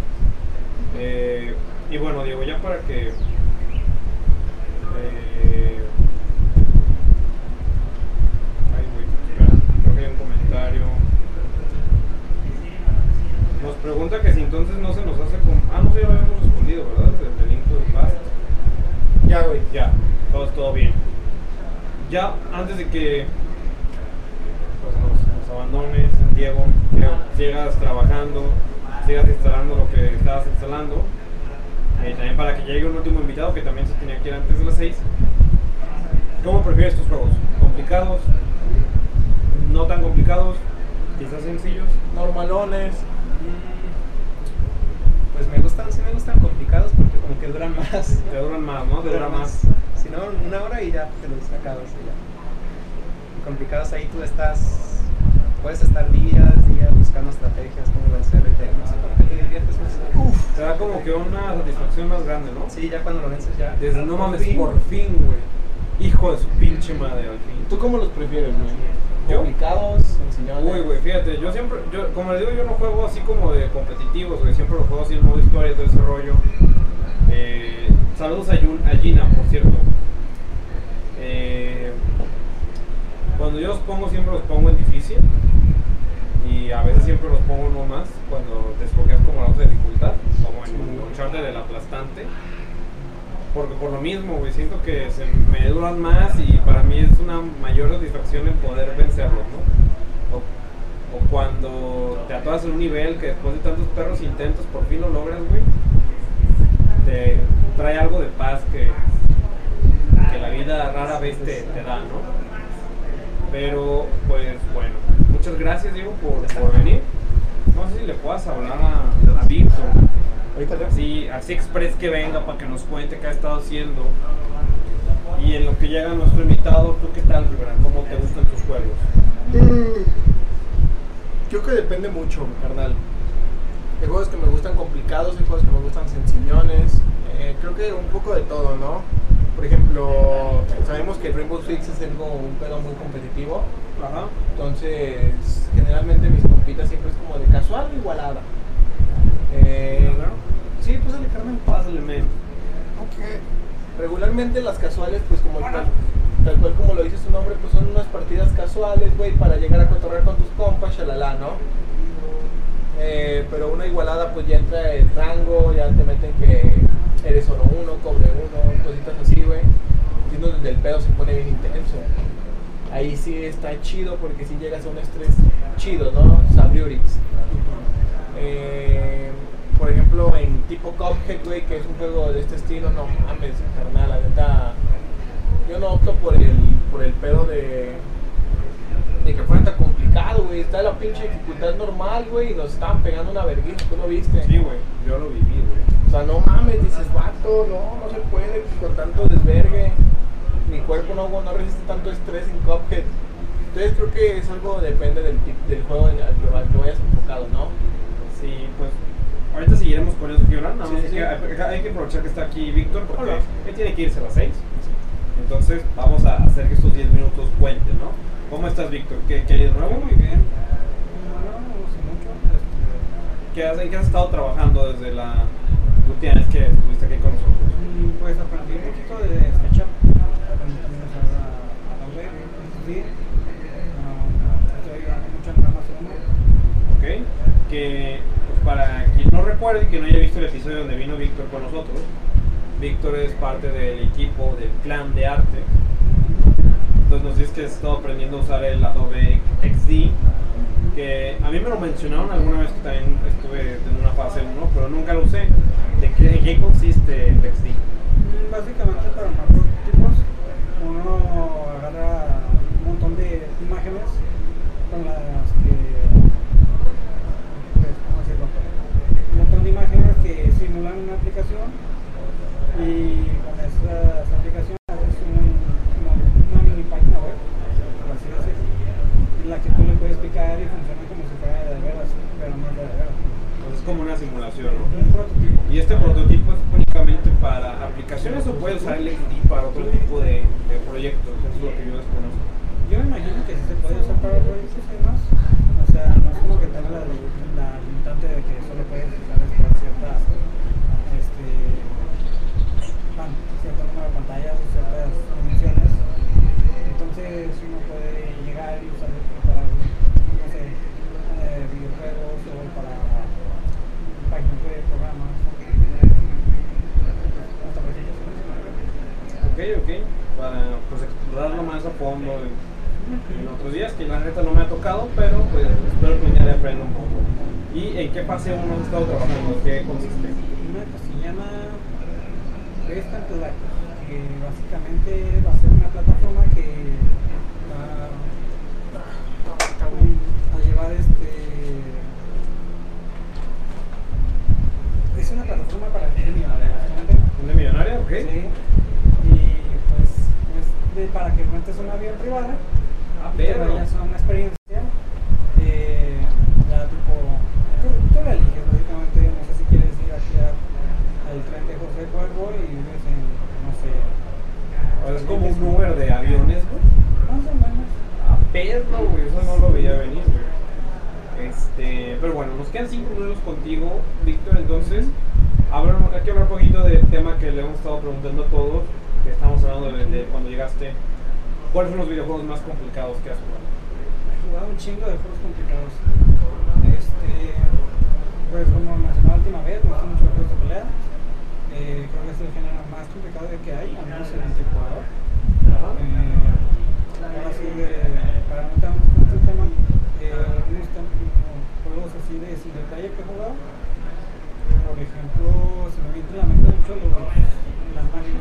Y bueno, Diego, ya para que. Ay, güey, espera, creo que hay un comentario. Nos pregunta que si entonces no se nos hace como. Ah, no sé, ya lo habíamos respondido, ¿verdad? Del Link to the Past. Ya, güey. Ya, todo bien. Ya antes de que pues, nos abandones, Diego, que sigas trabajando, sigas instalando lo que estabas instalando, también para que llegue un último invitado que también se tenía que ir antes de las 6. ¿Cómo prefieres tus juegos? ¿Complicados? ¿No tan complicados? ¿Quizás sencillos? Normalones. Pues sí me gustan complicados porque como que duran más. Te duran más, ¿no? Te dura más. Si no, 1 hora y ya te lo acabas y ya. Y complicados ahí tú puedes estar días buscando estrategias, cómo vencerlo y no sé, como que te diviertes más. Te da como que una satisfacción más grande, ¿no? Sí, ya cuando lo vences ya. Desde no mames, fin. por fin, güey. Hijo de su pinche madre, al fin. ¿Tú cómo los prefieres, güey? ¿Yo? ¿Complicados? ¿Sencillones? Uy, güey, fíjate, yo como les digo, yo no juego así como de competitivos, güey, siempre lo juego así en modo historia y todo ese rollo. Saludos a Gina, por cierto. yo siempre los pongo en difícil. Y a veces siempre los pongo no más cuando desbloqueas como la otra dificultad, como en Uncharted del aplastante. Porque por lo mismo, güey, siento que me duran más y para mí es una mayor satisfacción el poder vencerlos, ¿no? O cuando te atoras en un nivel que después de tantos perros intentos por fin lo logras, güey, te trae algo de paz que la vida rara vez te da, ¿no? Pero, pues bueno, muchas gracias, Diego, por venir. No sé si le puedas hablar a Víctor. Así express que venga para que nos cuente qué ha estado haciendo. Y en lo que llega nuestro invitado, ¿tú qué tal, Rivera? ¿Cómo te gustan tus juegos? Creo que depende mucho, carnal. Hay juegos que me gustan complicados, hay juegos que me gustan sencillones. Creo que un poco de todo, ¿no? Por ejemplo, sabemos que Rainbow Six es algo, un pedo muy competitivo. Ajá. Entonces, generalmente mis compitas siempre es como de casual o igualada. Sí, pues el carnal. Pásale, men. Regularmente las casuales, pues como tal cual como lo dice su nombre, pues son unas partidas casuales, güey, para llegar a cotorrear con tus compas, shalala, ¿no? Pero una igualada, pues ya entra el rango, ya te meten que eres oro 1, cobre 1, cositas así, güey. Y es donde el pedo se pone bien intenso. Ahí sí está chido porque si llegas a un estrés chido, ¿no? Sabriurix. Por ejemplo, en tipo Cuphead, güey, que es un juego de este estilo, no mames, carnal, la neta. Yo no opto por el pedo de que fuera tan complicado, güey. Está la pinche dificultad normal, güey, y nos estaban pegando una vergüenza, ¿tú lo viste? Sí, güey, yo lo viví, güey. O sea, no mames, dices, vato, no se puede con tanto desvergue. Mi cuerpo no resiste tanto estrés en Cuphead. Entonces creo que es algo, depende del juego al que vayas enfocado, ¿no? Sí, pues ahorita seguiremos con eso, Gibran. Nada más Sí. hay que aprovechar que está aquí Víctor porque él tiene que irse a las 6. Entonces vamos a hacer que estos 10 minutos cuenten, ¿no? ¿Cómo estás, Víctor? ¿Qué hay de nuevo? Muy bien. No sé mucho. ¿En qué has estado trabajando desde la última vez que estuviste aquí con nosotros? Pues aprendí un poquito de SketchUp. Aprendí también a usar la web, estoy ayudando mucho en programación. Ok. Que pues, para quien no recuerde y que no haya visto el episodio donde vino Víctor con nosotros, Víctor es parte del equipo del clan de arte. Entonces nos dices que has estado aprendiendo a usar el Adobe XD, que a mí me lo mencionaron alguna vez que también estuve en una fase 1, pero nunca lo usé. ¿En qué consiste el XD? Básicamente para armar prototipos, uno agarra un montón de imágenes con las que, pues, ¿cómo decirlo? Un montón de imágenes que simulan una aplicación y con esas aplicaciones haces una mini página web, por así decirlo, en la que tú le puedes picar y funciona como si fuera de veras, pero no es de veras. Entonces es como una simulación, ¿no? Un prototipo. Y este prototipo es únicamente para aplicaciones o puedes usar el XD para otro tipo de proyectos. Eso es lo que yo desconozco. Yo me imagino que sí se puede usar para proyectos y demás. O sea, no es como que tenga la limitante de que solo puedes usar para ciertas cierto número de pantallas o ciertas dimensiones. Entonces uno puede llegar y usarlo para, no sé, videojuegos o para páginas web, programas, hasta presentaciones. Ok. Para pues, explorarlo más a fondo en otros días, que la neta no me ha tocado, pero pues espero que un día le aprenda un poco. ¿Y en qué fase uno has estado trabajando? ¿Qué consiste? Una que se llama Restart Live, que básicamente va a ser una plataforma que va a llevar es una plataforma para gente millonaria, básicamente. ¿Una millonaria? Ok. Sí. Y pues para que rentes una avión privada, pero ya es una experiencia. Ya tipo, tú la eliges, básicamente. No sé si quieres ir aquí al tren de José Cuervo y vives en, no sé. Es como un Uber de aviones, güey. Más o menos. Perro, güey, eso no lo veía venir, güey. Pero bueno, nos quedan 5 minutos contigo, Víctor, entonces hay que hablar un poquito del tema que le hemos estado preguntando a todos, que estamos hablando de cuando llegaste. ¿Cuáles son los videojuegos más complicados que has jugado? He jugado un chingo de juegos complicados. Pues como mencionaba la última vez, me gustan mucho los juegos de pelea. Creo que es el género más complicado que hay, al menos en el multijugador. Ahora sí, para no tener un tema, me gustan juegos así de single player que he jugado. Por ejemplo, se me viene a la mente mucho las máquinas.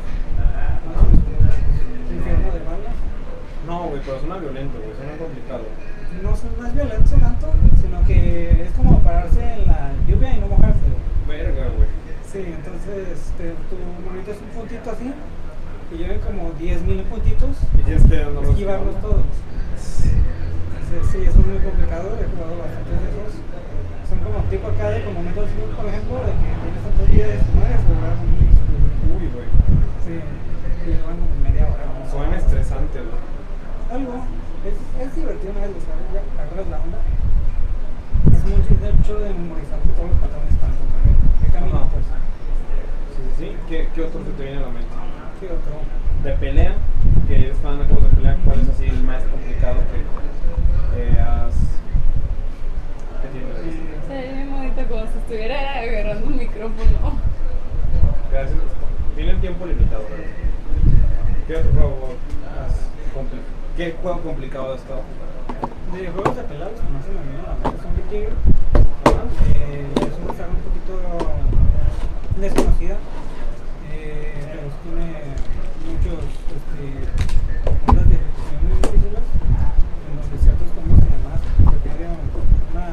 Infierno de balas. No, güey, pero suena violento, güey, suena complicado. No es violento tanto, sino que es como pararse en la lluvia y no mojarse. Verga, güey. Sí, entonces tu monito es un puntito así y llevan como 10,000 puntitos Y tienes que andarlos esquivarlos todos. Entonces, sí, eso es muy complicado, he jugado bastantes de esos. Son como tipo acá de como Metal Slug, por ejemplo, de que tienes tantos días de mueres o jugar con Uy, güey. sí, y llevan como media hora. Suena estresante, güey. Algo, es divertido una vez lo sabes, ya agarras la onda. Es muy hecho de memorizar todos los patrones para encontrar qué camino, Ajá. pues. Sí. ¿Qué otro se te viene a la mente? Sí, otro. De pelea, que eres fan de juegos de pelea, ¿cuál es así el más complicado que has... ¿Qué tienes? Se ve bien bonito como si estuviera agarrando un micrófono. Gracias. Tienen tiempo limitado, ¿verdad? ¿Qué otro juego has complicado? ¿Qué juego complicado has estado jugando? De juegos de pelea, los que más se me vienen a la mente son Viking. Es una saga un poquito desconocida, pero sí tiene muchos ondas de ejecución muy difíciles, en donde ciertos combos y demás requieren una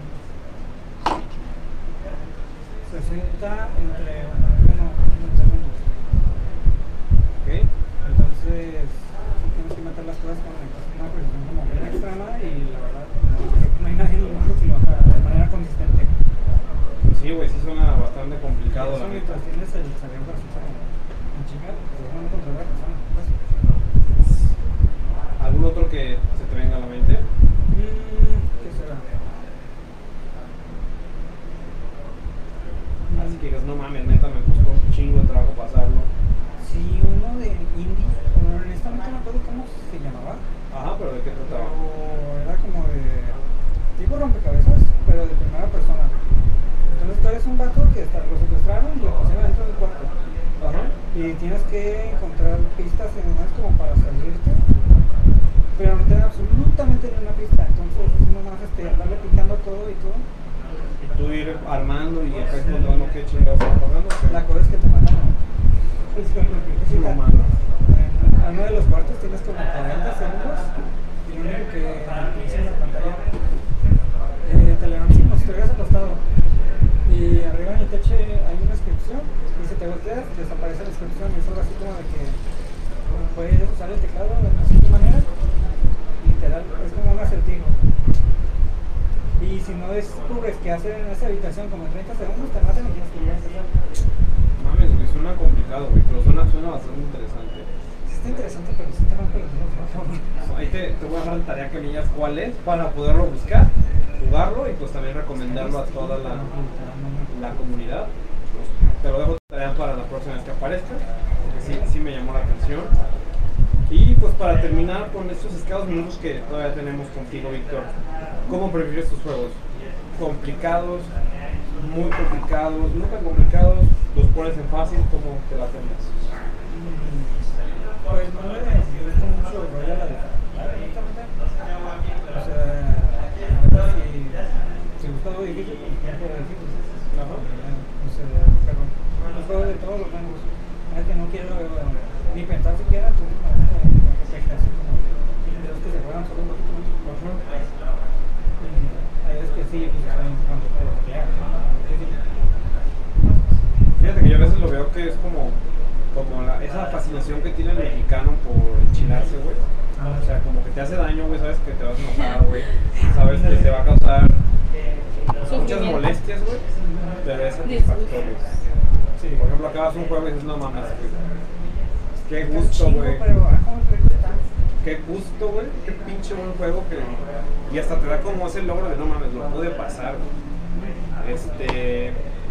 60 entre 1 segundos. ¿Ok? Entonces, tienes que meter las cosas con una precisión como bien extrema y la verdad, creo que no hay nadie en el mundo que lo haga de manera consistente. Sí, güey, sí suena bastante complicado, Eso la neta. mientras tienes el saber para hacer en chinga, pues no controlar la persona. Pues. ¿Algún otro que se te venga a la mente? ¿Qué será? Así que digas, no mames, neta, me costó un chingo de trabajo pasarlo. Sí, uno de indie, pero honestamente no me acuerdo cómo se llamaba. Ajá, pero ¿de qué trataba? Pero era como de tipo rompecabezas, pero de primera persona. Entonces tú eres un vato que lo secuestraron y lo pusieron dentro del cuarto. Ajá. Y tienes que encontrar pistas y demás como para salirte, pero no te da absolutamente ni una pista. Entonces es nomás andarle picando todo y todo. Y tú ir armando y acá encontrando qué chingados está pasando. La cosa es que te matan. No mames. A uno de los cuartos tienes como 40 segundos y lo único que dice en la pantalla te levantas como si estuvieras acostado y arriba en el techo hay una inscripción y si te volteas desaparece la inscripción y es algo así como de que puedes usar el teclado de una cierta manera y te da, es como un acertijo y si no descubres qué hacer en esa habitación como en 30 segundos te matan y tienes que volver a empezar. Mames, güey, suena complicado, güey, pero suena bastante interesante. Está interesante, pero sí te rompe los dedos, por favor. Ahí te voy a dejar de tarea que me digas cuál es para poderlo buscar, jugarlo y pues también recomendarlo a toda la comunidad. Pues, te lo dejo de tarea para la próxima vez que aparezca, porque sí me llamó la atención. Y pues para terminar con estos escasos minutos que todavía tenemos contigo, Víctor, ¿cómo prefieres tus juegos? ¿Complicados? ¿Muy complicados? ¿No tan complicados? ¿Los pones en fácil? ¿Cómo te la pones? Pues no me gusta mucho el rollo de la honestamente. O sea, a ver si gusta algo difícil, pues no puedo difícil. No sé, pero los juegos de todos los rangos. Es que no quiero ni pensar siquiera, entonces me gusta así como videos que se juegan solo un poquito. Hay veces que sí, pues están jugando juegos de pelea. Fíjate que yo a veces lo veo que es como esa fascinación que tiene el mexicano por enchilarse, güey. O sea, como que te hace daño, güey, sabes que te vas a enojar, güey. Sabes que te va a causar muchas molestias, güey, pero es satisfactorio. Sí, por ejemplo, acabas un juego y dices, no mames, güey. Qué gusto, güey. Qué gusto, güey. Qué pinche buen juego que... Y hasta te da como ese logro de no mames, lo pude pasar, güey.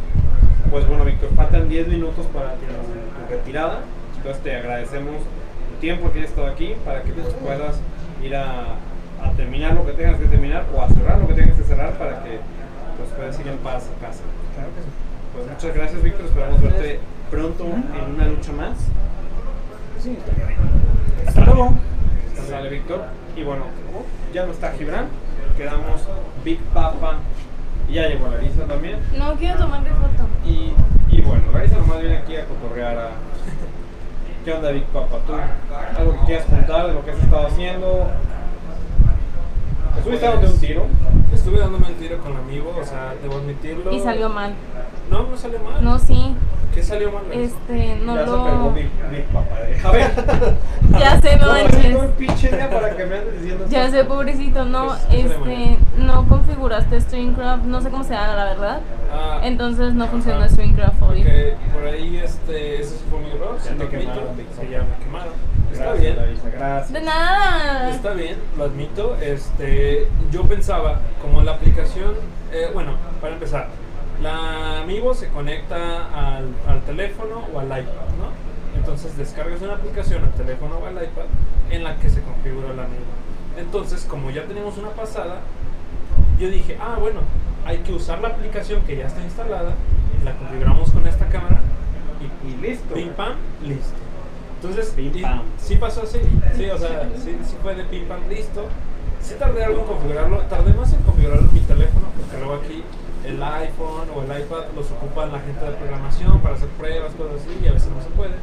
Pues bueno, Víctor, faltan 10 minutos para tu retirada. Entonces te agradecemos tiempo que hayas estado aquí para que pues, puedas ir a terminar lo que tengas que terminar o a cerrar lo que tengas que cerrar para que pues, puedas ir en paz a casa. Claro que sí. Pues muchas gracias, Víctor. Esperamos verte pronto en una lucha más. Sí, hasta luego. Sale Víctor. Y bueno, ya no está Gibran. Quedamos Big Papa. Y ya llegó Larisa también. No quiero tomarle foto. Y bueno, Larisa nomás viene aquí a cotorrear a... ¿Qué onda, Big Papa? ¿Tú algo que quieras contar de lo que has estado haciendo? ¿Estuviste dándote un tiro? Estuve dándome un tiro con un amigo, o sea, debo admitirlo. Y salió mal. No, no salió mal. No, sí. ¿Qué salió mal? No ya se pegó lo. Big Papa. A ver. Ya sé, no No, manches. un pinche día para que me andes diciendo Ya estas sé, pobrecito, no, ¿Qué salió mal? no configuraste StreamCraft, no sé cómo se haga, la verdad. Ah, Entonces no funciona ajá. StreamCraft hoy. Porque por ahí, ese sí fue mi error. Ya Sí, te lo admito. quemaron, Big Sí, Papa. ya me quemaron. Está Gracias, bien. Larisa, gracias. De nada. Está bien, lo admito. Yo pensaba, como la aplicación, bueno, para empezar, la Amiibo se conecta al teléfono o al iPad, ¿no? Entonces descargas una aplicación al teléfono o al iPad en la que se configura la Amiibo. Entonces, como ya tenemos una pasada, yo dije, bueno, hay que usar la aplicación que ya está instalada, la configuramos con esta cámara Y listo. pim pam, listo. Entonces, Pim, pam. sí pasó así, sí, o sea, sí fue de pim pam, listo. Sí tardé algo en configurarlo, tardé más en configurarlo en mi teléfono, porque luego aquí el iPhone o el iPad los ocupan la gente de programación para hacer pruebas, cosas así, y a veces no se puede.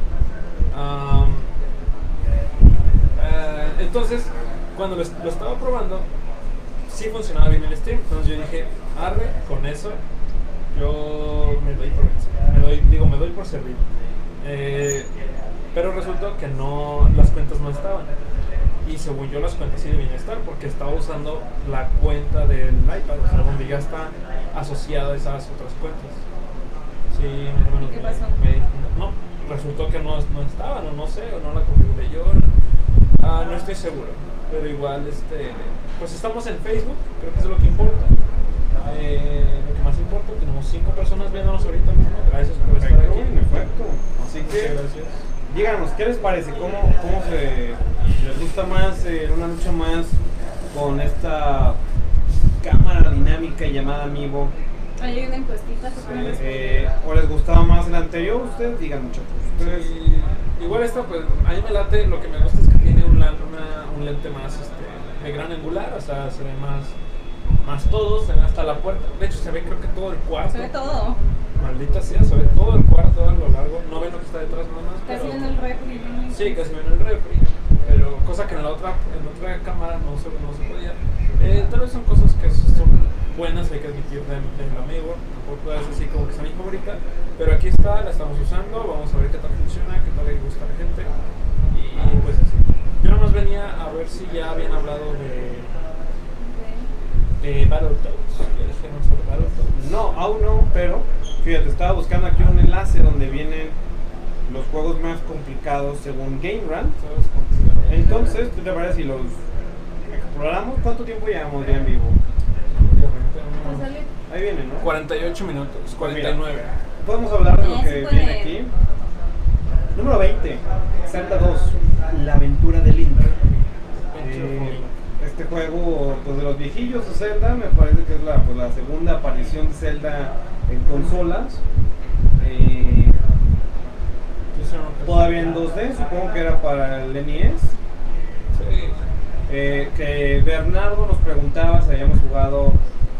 Entonces, cuando lo estaba probando, sí funcionaba bien el stream, entonces yo dije, arre, con eso, yo me doy por vencido, me doy por servido. Pero resultó que las cuentas no estaban. Y según yo las cuentas sí debían estar porque estaba usando la cuenta del iPad, o sea, donde ya están asociadas esas otras cuentas. Sí, bueno, ¿Qué pasó? no, resultó que no estaban, o no sé, o no la configuré yo. No estoy seguro, pero igual, pues estamos en Facebook, creo que eso es lo que importa. Lo que más importa, tenemos 5 personas viéndonos ahorita mismo. Gracias por estar aquí. En efecto. Así Muchas que, gracias. díganos, ¿qué les parece? ¿Cómo les gusta más una lucha más con esta cámara dinámica llamada Amiibo? Hay una encuestita que podemos ¿O les gustaba más el anterior? Ustedes digan, muchachos. Ustedes, Sí, igual esta, pues a mí me late, lo que me gusta es que tiene un lente más de gran angular, o sea, se ve más todo, se ve hasta la puerta. De hecho, se ve creo que todo el cuarto. se ve todo. Maldita sea, se ve todo el cuarto a lo largo. No ven lo que está detrás nada más. Casi pero- en el refri. Sí, casi ven el refri. Pero cosa que en la otra cámara no se podía. Tal vez son cosas que son buenas, hay que admitir del amigo. Tampoco es así como que sea mi favorita. Pero aquí está, la estamos usando. Vamos a ver qué tal funciona, qué tal le gusta a la gente. Y pues así. Yo nada más venía a ver si ya habían hablado de Battletoads. ¿Qué dijeron sobre Battletoads? no, aún no, pero fíjate, estaba buscando aquí un enlace donde vienen los juegos más complicados según Game Rant. ¿Sabes cómo? Entonces, ¿qué te parece si los exploramos? ¿Cuánto tiempo llevamos ya en vivo? Pues sale. Ahí viene, ¿no? 48 minutos, 49. Podemos hablar de lo Sí que puede. viene aquí. Número 20, Zelda 2, La aventura de Link. Este juego, pues de los viejillos de Zelda, me parece que es la segunda aparición de Zelda en consolas. Todavía en 2D, supongo que era para el NES. Sí. Que Bernardo nos preguntaba si habíamos jugado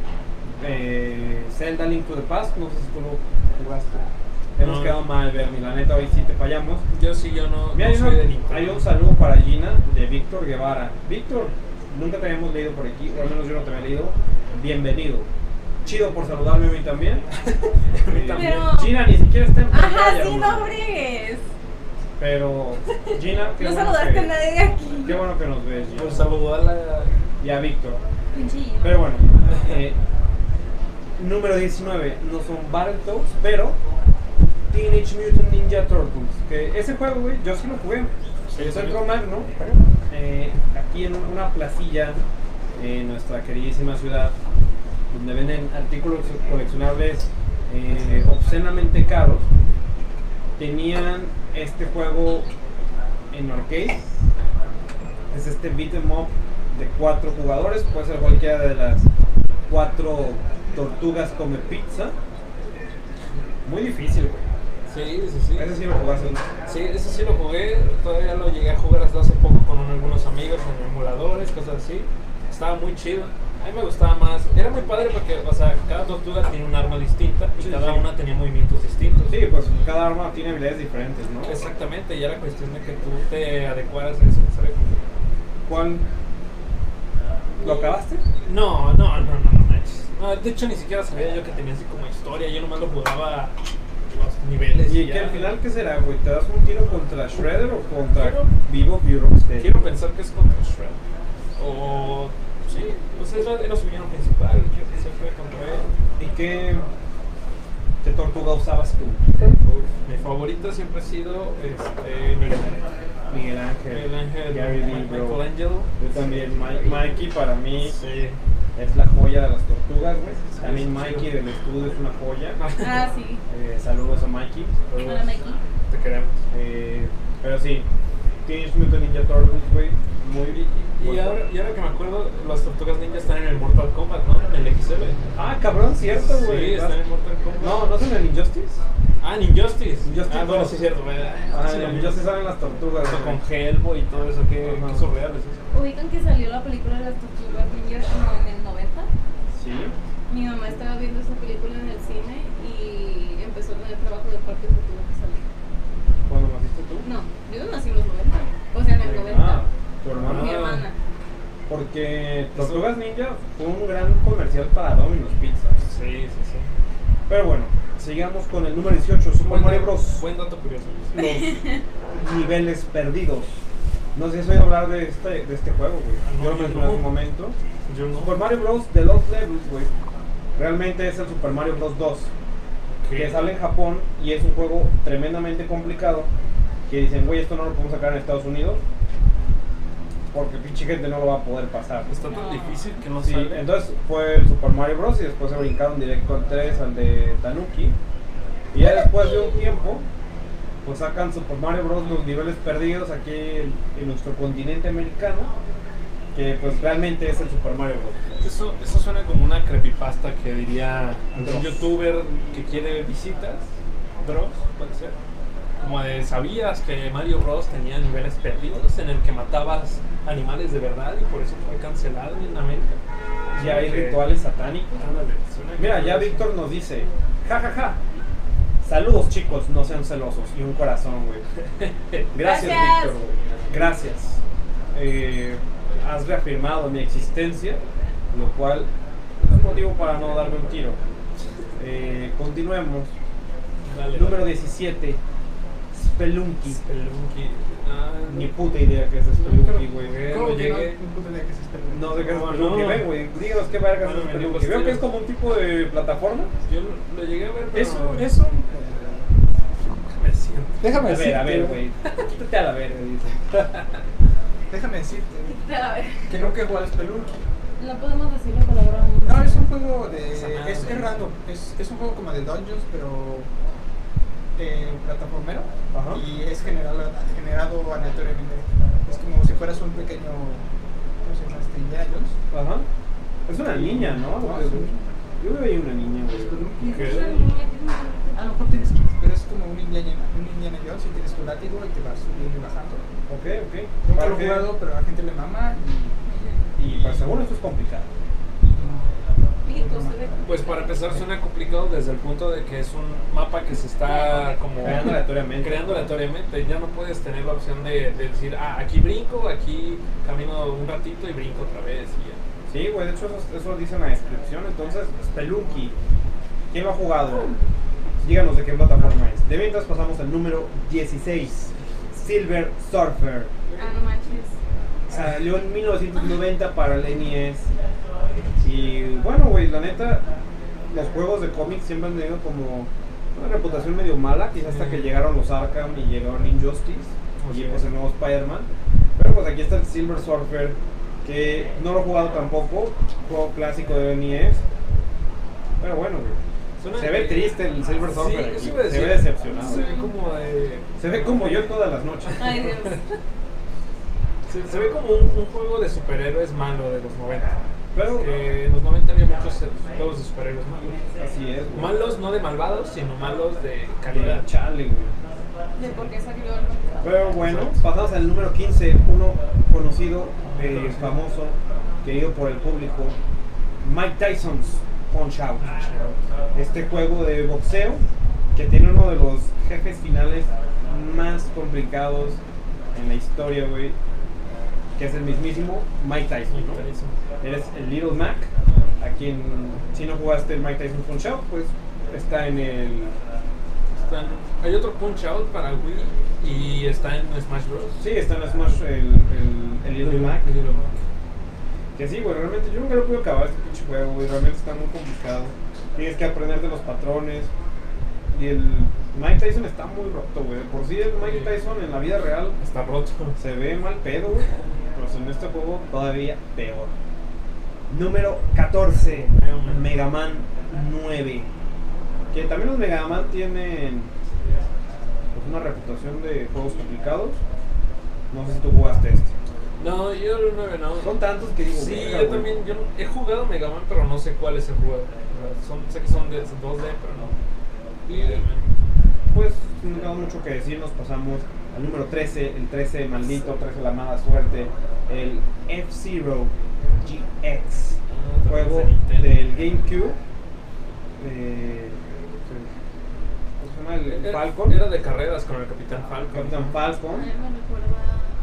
Zelda Link to the Past. No sé si tú lo jugaste. Hemos No. quedado mal, Bernie, la neta, hoy sí te fallamos. Yo sí, yo no, Mira, no hay, soy de Nintendo. hay un saludo para Gina de Víctor Guevara. Víctor, nunca te habíamos leído por aquí, o al menos yo no te había leído. Bienvenido. Chido por saludarme a mí también. también. Pero- Gina ni siquiera está en Ajá, pantalla, sí, hermano. no fregues. Pero, Gina, qué No bueno saludaste que- a nadie de aquí. Qué bueno que nos ves, Gina. Pues saludó a la... Y a Víctor. Pinche. Pero bueno, número 19, no son Battletoads, pero Teenage Mutant Ninja Turtles. Que ese juego, güey, yo sí lo jugué. Sí, Yo soy sí. Cromer, ¿no? Aquí en una placilla en nuestra queridísima ciudad, donde venden artículos coleccionables obscenamente caros, tenían este juego en arcade. Es este beat 'em up de 4 jugadores, puede ser cualquiera de las 4 tortugas come pizza. Muy difícil, güey. Sí, sí, sí. Ese sí lo jugaste, ¿no? Sí, ese sí lo jugué, todavía lo llegué a jugar hasta hace poco con algunos amigos en emuladores, cosas así. Estaba muy chido. A mí me gustaba más. Era muy padre porque, o sea, cada tortuga tiene un arma distinta y Sí, cada sí. una tenía movimientos distintos. Sí, pues cada arma tiene habilidades diferentes, ¿no? Exactamente, y era cuestión de que tú te adecuaras a eso. ¿Sabes? ¿Cuál? ¿Lo acabaste? No manches. No, de hecho, ni siquiera sabía yo que tenía así como historia. Yo nomás lo jugaba los niveles. ¿Y ya. que al final qué será, güey? ¿Te das un tiro contra Shredder o contra Quiero- Vivo Rocksteady? Quiero pensar que es contra Shred. O. Sí, pues era su villano principal. Quiero pensar que fue contra él. ¿Y qué tortuga usabas tú? Mi favorito siempre ha sido Miguel Miguel Ángel, Ángel, Gary Lee, bro. Michelangelo. Yo también, Mikey para mí Sí. es la joya de las tortugas, güey. También Mikey del estudio es una joya. Ah, sí. Saludos a Mikey. Hola, Mikey. Te queremos. Pero sí, Teenage Mutant Ninja Turtles, güey, muy Y ahora que me acuerdo, las tortugas ninja están en el Mortal Kombat, ¿no? En el XL. Ah, cabrón, cierto, güey. Sí, están en el Mortal Kombat. No son en Injustice. Ah, en Injustice. Injustice Ah, bueno, dos. sí es cierto. Ah, en Injustice salen las tortugas, Junto güey. con Hellboy y todo eso, qué Ajá. surreal es eso. ¿Ubican que salió la película de las tortugas ninja como en el 90? Sí. Mi mamá estaba viendo esa película en el cine y empezó con el trabajo de parque que tuvo que salir. ¿Cuándo naciste tú? No, yo no nací en los 90. O sea, en el 90. Ah, tu hermano. Mi hermana. Porque Tortugas Ninja fue un gran comercial para Domino's Pizza. Sí. Pero bueno, sigamos con el número 18, Super Mario Bros. Buen dato curioso. Los niveles perdidos. No sé si has oído hablar de este juego, güey. Yo lo mencioné hace un momento. Yo no. Super Mario Bros. The Lost Levels, güey. Realmente es el Super Mario Bros. 2. Que sale en Japón y es un juego tremendamente complicado. Que dicen, güey, esto no lo podemos sacar en Estados Unidos. Porque pinche gente no lo va a poder pasar. Está tan difícil que no Sí, sale. entonces fue el Super Mario Bros. Y después se brincaron directo al 3, al de Tanuki. Y ya después de un tiempo, pues sacan Super Mario Bros. Los niveles perdidos aquí en nuestro continente americano. Que pues realmente es el Super Mario Bros. Eso suena como una creepypasta que diría un Dross. youtuber que quiere visitas. Dross, puede ser. Como de, ¿sabías que Mario Bros tenía niveles perdidos en el que matabas animales de verdad y por eso fue cancelado en América? Ya hay Suena que- rituales satánicos. Ándale, suena que- Mira, ya Víctor nos dice, jajaja. Saludos chicos, no sean celosos. Y un corazón, güey. Gracias, Gracias. Víctor, güey. Gracias. Has reafirmado mi existencia, lo cual es motivo para no darme un tiro. Continuemos. Dale, Número dale. 17. Spelunky. Spelunky. Ni puta idea que es Spelunky, güey. ¿Cómo no que llegué. no puta idea que es este? No sé qué es No, Spelunky, no. ven, güey. Díganos qué vergas Bueno, es me Spelunky. dijo Veo que es estilo. como un tipo de plataforma. Yo lo llegué a ver, pero Eso. me siento. Déjame A ver, decirte, güey. Quítate a la verga, dice. déjame decirte A ver, que nunca he jugado a Spelunky. no podemos decir la palabra aún. No, es un juego de. Sanado. Es random. Es un juego como de Dungeons, pero. Plataformero. Ajá. Y es generado aleatoriamente. Es como si fueras un pequeño. ¿Cómo se llama? Indiana Jones. Ajá. Es una niña, ¿no? No, es un- Yo veía una niña, güey. Spelunky. ¿Qué? A lo mejor tienes que. Pero es como un Indiana Jones y tienes tu látigo y te vas subiendo y bajando. Ok. Nunca ¿Para lo he qué? jugado, pero a la gente le mama Y pues según esto es complicado. Pijitos, se ve. Pues para empezar suena complicado desde el punto de que es un mapa que se está como Creando aleatoriamente. creando aleatoriamente. Ya no puedes tener la opción de decir, aquí brinco, aquí camino un ratito y brinco otra vez y ya. Sí, güey, de hecho eso dice en la descripción. Entonces, Spelunky, ¿quién lo ha jugado? Díganos de qué plataforma es. De mientras pasamos al número 16, Silver Surfer. Ah, no manches. Salió en 1990 para el NES. Y bueno, güey, la neta, los juegos de cómics siempre han tenido como una reputación medio mala, quizás hasta que llegaron los Arkham y llegaron Injustice y pues el nuevo Spider-Man. Pero pues aquí está el Silver Surfer, que no lo he jugado tampoco, juego clásico de NES. Pero bueno, güey. Se ve triste el Silver Surfer. Sí, aquí. eso iba a Se decir. ve decepcionado. Se ve como de... Se ve como yo todas las noches. Ay, Dios. Se ve como un juego de superhéroes malo de los 90. Pero Que en los 90 había muchos juegos de superhéroes malos. así es, güey. Malos no de malvados, sino malos de calidad. Chale, güey. ¿De por qué salió el Pero bueno, pasamos al número 15, uno conocido, famoso, querido por el público, Mike Tyson's Punch Out. Este juego de boxeo que tiene uno de los jefes finales más complicados en la historia, güey, que es el mismísimo Mike Tyson, ¿no? Eres el Little Mac, a quien, si no jugaste el Mike Tyson Punch Out, pues está en el... Hay otro Punch Out para Wii y está en Smash Bros. Sí, está en Smash el Little Mac. Que sí, güey, realmente yo nunca lo pude acabar este pinche juego, güey, realmente está muy complicado. Tienes que aprender de los patrones. Y el Mike Tyson está muy roto, güey. Por sí el Mike Tyson en la vida real Está roto. se ve mal pedo, güey. Pero en este juego todavía peor. Número 14, Mega Man 9. Que también los Mega Man tienen pues, una reputación de juegos complicados. No sé si tú jugaste este. No, yo el 9 no. Son tantos que digo, Sí, verga, yo güey. también. Yo he jugado Mega Man, pero no sé cuál es el juego. Sé que son de 2D, pero no. Y pues no tengo mucho que decir, nos pasamos al número 13, el 13 maldito, 13 la mala suerte, el F-Zero GX, juego del GameCube. ¿Cómo se llama? El Falcon. Era de carreras con el Capitán Falcon. Capitán A Falcon. mí me recuerda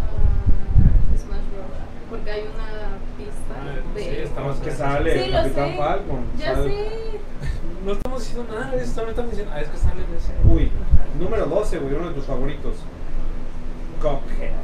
a Smash Bros. Porque hay una pista de... Sí, estamos Que sale Sí, el lo Capitán sé. Falcon. Ya sale- sé. No estamos diciendo nada de eso, estamos diciendo. Es que sale en ese. Uy, número 12, güey, uno de tus favoritos. Cuphead.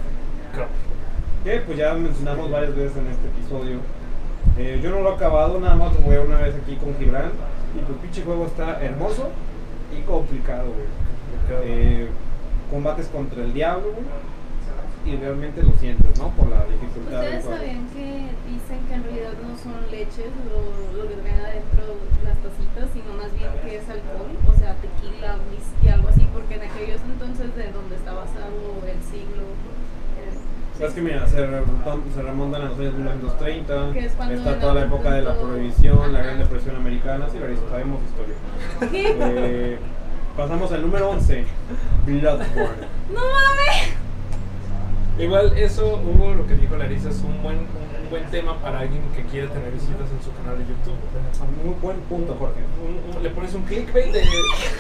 Que pues ya mencionamos varias veces en este episodio. Yo no lo he acabado, nada más lo jugué una vez aquí con Gibran. Y pues pinche juego está hermoso y complicado, güey. Combates contra el diablo, güey. Y realmente lo sientes, ¿no? Por la dificultad del ¿Ustedes juego. sabían que dicen que en realidad no son leches lo que traen adentro las tacitas, sino más bien que es alcohol, o sea, tequila, whisky, algo así, porque en aquellos entonces de donde está basado el siglo... Sabes que mira, se remontan a los años 1930, Que es cuando está era toda la época de la todo- prohibición, la Ajá. Gran Depresión Americana, sí, Larissa, sabemos historia. ¿Qué? Pasamos al número 11, Bloodborne. ¡No mames! Igual eso, Hugo, lo que dijo Larissa, es un buen tema para alguien que quiere tener visitas en su canal de YouTube. Muy buen punto, Jorge. Le pones un clickbait de...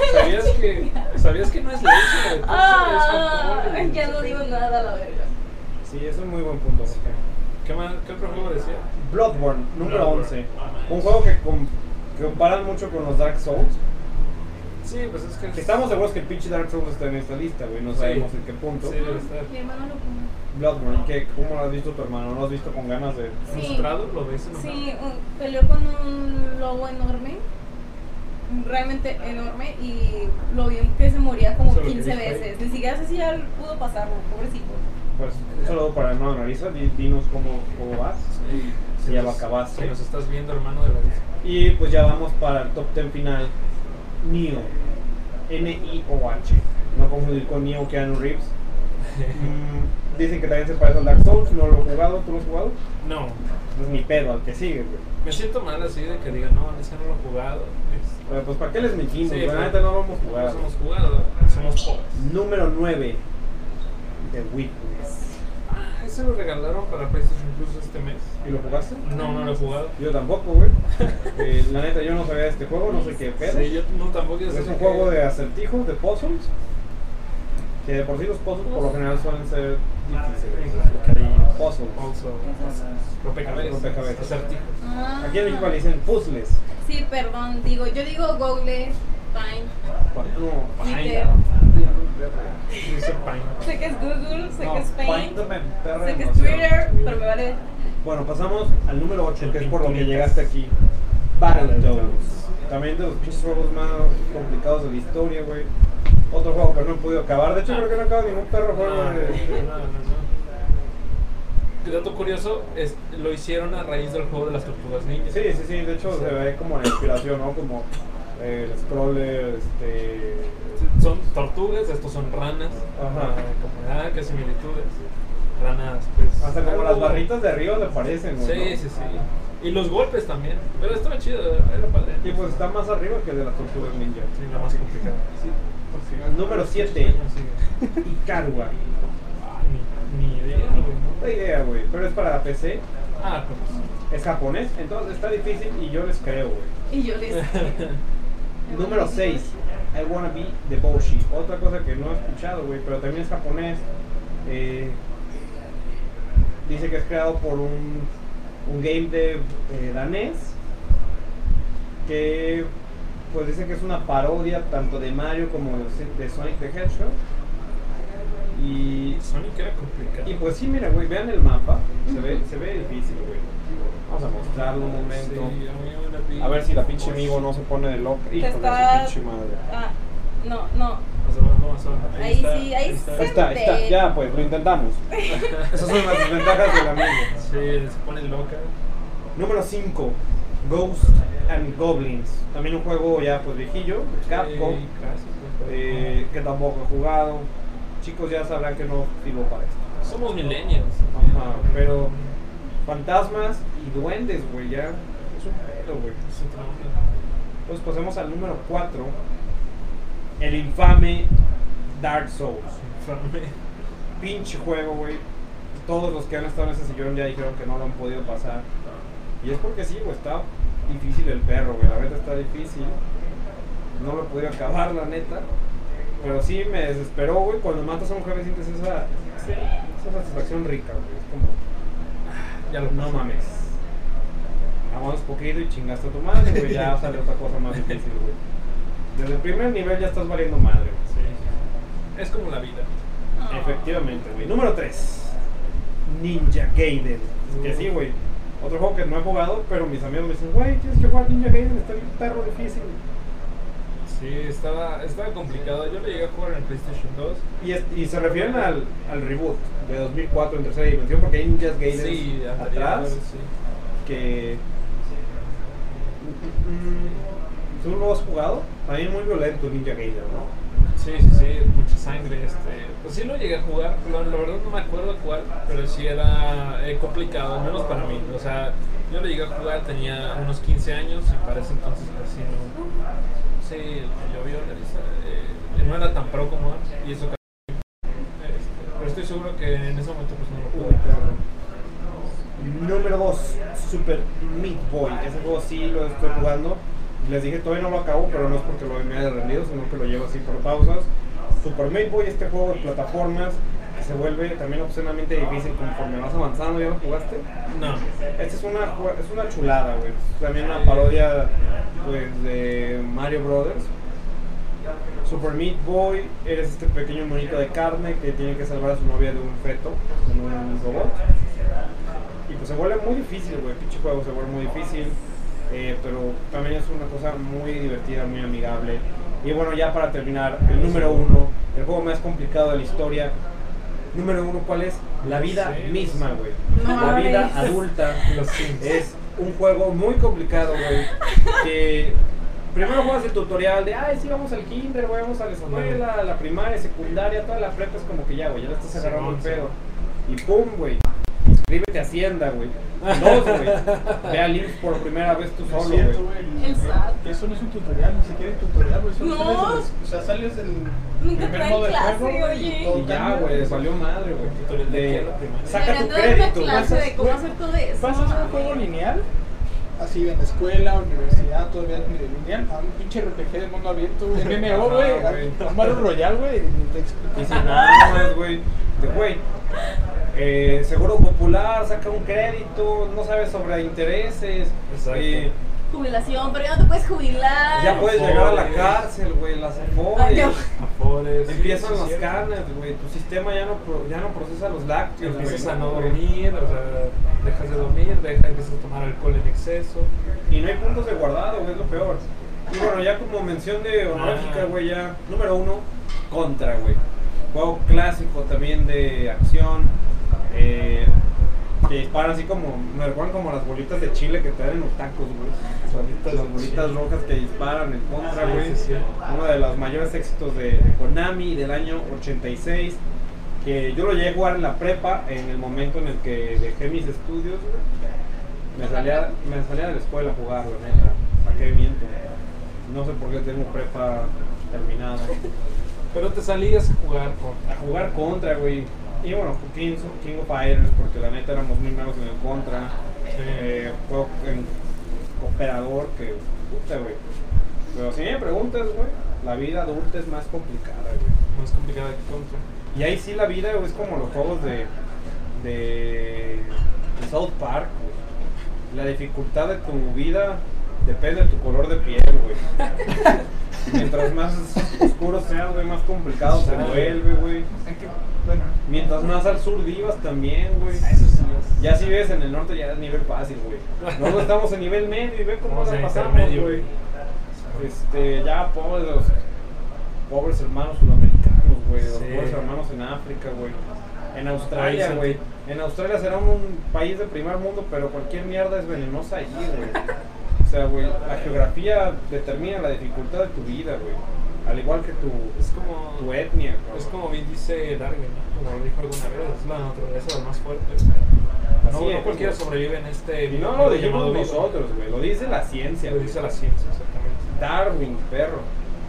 ¿Sabías que no es leche? Es alcohol. Ya no digo nada, la verdad. Sí, es un muy buen punto, Jorge. ¿Qué otro juego decía? Bloodborne, número Bloodborne. 11. Un juego que comparan mucho con los Dark Souls. Sí, pues es que... Estamos seguros que el pinche Dark Souls está en esta lista, güey. No Sí. sabemos en qué punto. Sí, debe estar. Mi hermano lo pone. Bloodborne, ¿cómo lo has visto tu hermano? ¿No lo has visto con ganas de...? Sí. ¿Frustrado? ¿Lo ves enojado? Sí, peleó con un lobo enorme, realmente enorme, y lo vi que se moría como Eso es lo que 15 dijo ahí. veces. Ni siquiera sé si ya pudo pasarlo, pobrecito. Pues un saludo para el hermano Larissa. Dinos cómo vas. Sí. Si ya lo acabaste. Si nos estás viendo, hermano de Larissa. Y pues ya vamos para el top 10 final. Nioh. N-I-O-H. No confundir con Neo Keanu Reeves. Dicen que también se parece al Dark Souls. No lo he jugado. ¿Tú lo has jugado? No, Pues ni pedo al que sigue, güey. me siento mal así de que digan, no, ese no lo he jugado. Pero, pues para qué les mentimos. Sí, La pues, neta no lo hemos No jugado. hemos jugado, somos pobres. Número 9. The Witness. Ese lo regalaron para PlayStation Plus este mes. ¿Y lo jugaste? No, no lo he jugado. Yo tampoco, güey. La neta yo no sabía de este juego. No sé qué pedo. Sí, yo no tampoco. Es un juego de acertijos, de puzzles. Que de por sí los puzzles por lo general suelen ser difíciles. Puzzles. Rompecabezas. Rompecabezas. Acertijos. Ah. Aquí en México le dicen puzzles. Sí, perdón, yo digo Google, Fine. No, Twitter. Dice Pine. Sé que es Google, sé No, que es Paint, Paint me perra sé que es demasiado. Twitter, pero me vale. Bueno, pasamos al número 8, que es por lo que llegaste aquí. Battletoads. También de los pinches juegos más complicados de la historia, güey. Otro juego que no he podido acabar. De hecho, creo que no acabo ningún perro juego de... Dato curioso, lo hicieron a raíz del juego de las tortugas ninja. Sí. De hecho, se ve como la inspiración, ¿no? Como el scroller, Son tortugas, estos son ranas. Ajá. Como, qué similitudes. Ranas, pues. hasta como las barritas de arriba le parecen, güey. Sí, ¿no? sí, sí. Y los golpes también. Pero estaba chido, era padre. Y pues está más arriba que el de las tortugas ninja. Sí, la más complicada. Número 7, Ikaruga. Ni idea, güey. No hay idea, güey, pero es para PC, Pues. es japonés, entonces está difícil y yo les creo, güey. Y yo les. Número 6, I Wanna Be the Boshi. Otra cosa que no he escuchado, güey, pero también es japonés. Dice que es creado por un game dev danés que pues dicen que es una parodia tanto de Mario como de Sonic the Hedgehog. Y Sonic era complicado. pues sí, mira, güey, vean el mapa, se ve difícil, güey. Vamos a mostrarlo un momento. Sí, A ver si la pinche amigo no se pone de loca. Hijo de su está- pinche madre. Ah, no. Ahí Ahí sí. Ahí está, ya pues, lo intentamos. Esas son las desventajas del amigo. Sí, se pone loca. Número 5, Ghost and Goblins. También un juego ya pues viejillo, de Capcom, Sí, clásico. que tampoco he jugado. Chicos ya sabrán que no sirvo para esto. Somos millennials. Ajá, pero fantasmas y duendes, güey, ya es un pedo, güey. Es otra onda. Entonces pasemos al número 4, el infame Dark Souls. Pinche juego, güey. Todos los que han estado en ese sillón ya dijeron que no lo han podido pasar. Y es porque sí, güey, está difícil el perro, güey. La neta está difícil. No lo he podido acabar, la neta. Pero sí me desesperó, güey. Cuando matas a un jefe sientes esa satisfacción rica, güey. Es como, Ya lo no pasé. mames. Avanzas poquito y chingaste a tu madre, güey. Ya sale otra cosa más difícil, güey. Desde el primer nivel ya estás valiendo madre, güey. Sí. Es como la vida. Efectivamente, güey. Número 3, Ninja Gaiden. Que sí, güey. Otro juego que no he jugado, pero mis amigos me dicen, güey, tienes que jugar Ninja Gaiden, está bien perro difícil. Sí, estaba complicado. Yo lo llegué a jugar en el PlayStation 2. Y se refieren al reboot de 2004 en tercera dimensión, porque hay Ninja Gaiden Sí, atrás sí. que... ¿Tú lo has jugado? También muy violento Ninja Gaiden, ¿no? Sí, mucha sangre. Pues sí lo llegué a jugar, la verdad no me acuerdo cuál, pero sí era complicado, al menos para mí. O sea, yo lo llegué a jugar, tenía unos 15 años y para ese entonces casi no. Sí, me llovió la risa. No era tan pro como antes y eso pero estoy seguro que en ese momento pues no lo pude. Número 2, Super Meat Boy. Ese juego sí lo estoy jugando. Les dije, todavía no lo acabo, pero no es porque me haya rendido, sino que lo llevo así por pausas. Super Meat Boy, este juego de plataformas que se vuelve también obscenamente difícil conforme vas avanzando. ¿Ya lo jugaste? No. Esta es una chulada, güey. Es también una parodia pues, de Mario Brothers. Super Meat Boy, eres este pequeño monito de carne que tiene que salvar a su novia de un feto en un robot. Y pues se vuelve muy difícil, güey. Pinche juego se vuelve muy difícil. Pero también es una cosa muy divertida, muy amigable. Y bueno, ya para terminar, el número 1, el juego más complicado de la historia. Número 1, ¿cuál es? La vida misma, güey. La vida adulta. Es un juego muy complicado, güey. Que primero juegas el tutorial de, sí, vamos al kinder, güey, vamos a la escuela, la primaria, secundaria, toda la prepa es como que ya, güey, ya le estás agarrando el pedo. Y pum, güey. Inscríbete a Hacienda, güey. 2, güey. Ve a Links por primera vez tú solo, güey. El SAT. Que eso no es un tutorial, ni siquiera es tutorial, güey. No. O sea, sales del Nunca primer traen modo de clase, juego oye. todo Y ya, cambia. güey, valió madre, güey. Saca Deberían tu de dar una crédito, clase güey. de cómo hacer todo eso. Pasas de un juego lineal, así en la escuela, universidad, todavía es medio lineal, a un pinche RPG de mundo abierto, güey. MMO, Ajá, güey. güey. A un Battle Royale, güey. Y te explico. Y si nada más, güey, seguro popular, saca un crédito, no sabes sobre intereses. Exacto. Jubilación, pero ya no te puedes jubilar. Ya puedes llegar a la cárcel, güey, las Ay, ya. afores. Afores. Empiezan Sí, las sí, sí. canas, güey. Tu sistema ya no procesa los lácteos. Empiezas güey. a no dormir, o sea, dejas de dormir, empiezas a tomar alcohol en exceso. Y no hay puntos de guardado, güey, es lo peor. Y bueno, ya como mención de honorífica, güey, ya. Número 1, Contra, güey. Juego clásico también de acción. Que disparan así como, me recuerdan como las bolitas de chile que te dan en los tacos, güey. Las bolitas rojas que disparan en contra, güey. Uno de los mayores éxitos de Konami del año 86. Que yo lo llegué a jugar en la prepa en el momento en el que dejé mis estudios, güey. Me salía de la escuela a jugar, la neta. ¿Para qué miento? No sé por qué tengo prepa terminada. Pero te salías A jugar contra, güey. Y bueno, King of Fighters, porque la neta éramos muy malos en el contra. Juego en operador que, puta, güey. Pero si me preguntas, güey, la vida adulta es más complicada, güey. Más complicada que contra. Y ahí sí la vida, güey, es como los juegos de South Park, güey. La dificultad de tu vida depende de tu color de piel, güey. Mientras más oscuro sea, güey, más complicado se vuelve, güey. Bueno, Mientras más al sur vivas también, güey. eso sí. Ya si vives en el norte ya es nivel fácil, güey. Nosotros estamos en nivel medio y ve cómo Estamos la en pasamos, intermedio. güey. Ya pobres hermanos sudamericanos, güey. Los Sí. pobres hermanos en África, güey. En Australia, Ahí, güey. En Australia será un país de primer mundo, pero cualquier mierda es venenosa allí, güey. O sea, güey, la geografía determina la dificultad de tu vida, güey. Al igual que Es como, tu etnia, güey. es como bien dice Darwin, ¿no? Como lo dijo alguna vez, es la naturaleza del más fuerte. Así No es, cualquiera güey. sobrevive en este Y no mundo lo dijimos llamado vida. nosotros, güey. Lo dice la ciencia, Lo güey. dice la ciencia, exactamente. Darwin, perro.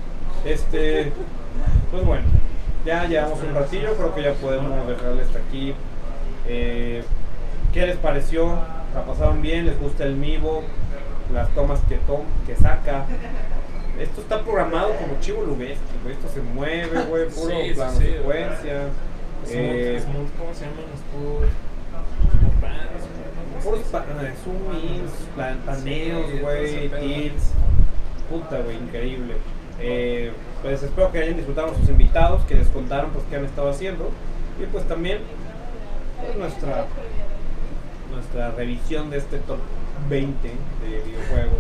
Pues bueno, ya llevamos un ratillo, creo que ya podemos dejarle hasta aquí. ¿Qué les pareció? ¿La pasaron bien? ¿Les gusta el Mivo? Las tomas que saca. Esto está programado como Chivo Lubeski, güey. Esto se mueve, güey, puro Sí, plano sí, secuencia. ¿Cómo se llaman los Puros zoom-ins, paneos, güey, tilts. Puta, güey, increíble. Pues espero que hayan disfrutado a sus invitados, que les contaron pues qué han estado haciendo. Y pues también pues, nuestra revisión de este top 20 de videojuegos.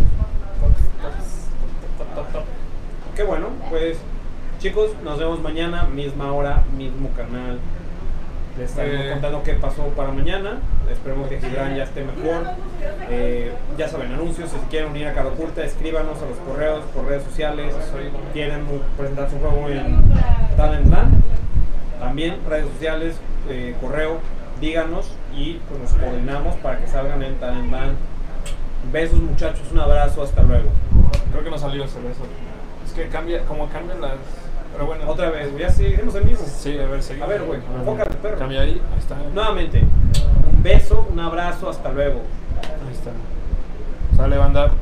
Qué bueno, pues chicos, nos vemos mañana, misma hora, mismo canal. Les estaremos contando qué pasó para mañana. Esperemos que Gibran ya esté mejor. Ya saben, anuncios. Si quieren unir a Carocurta, escríbanos a los correos, por redes sociales. Quieren presentar su juego en Talentland, también redes sociales, correo, díganos y pues nos coordinamos para que salgan en Talentland. Besos, muchachos, un abrazo, hasta luego. Creo que no salió ese beso. Es que como cambian las. Pero bueno. Otra vez, ya seguimos en vivo. Sí, a ver, seguimos. A ver, güey, enfócate, perro. Cambia ahí está. Nuevamente, un beso, un abrazo, hasta luego. Ahí está. Sale, banda.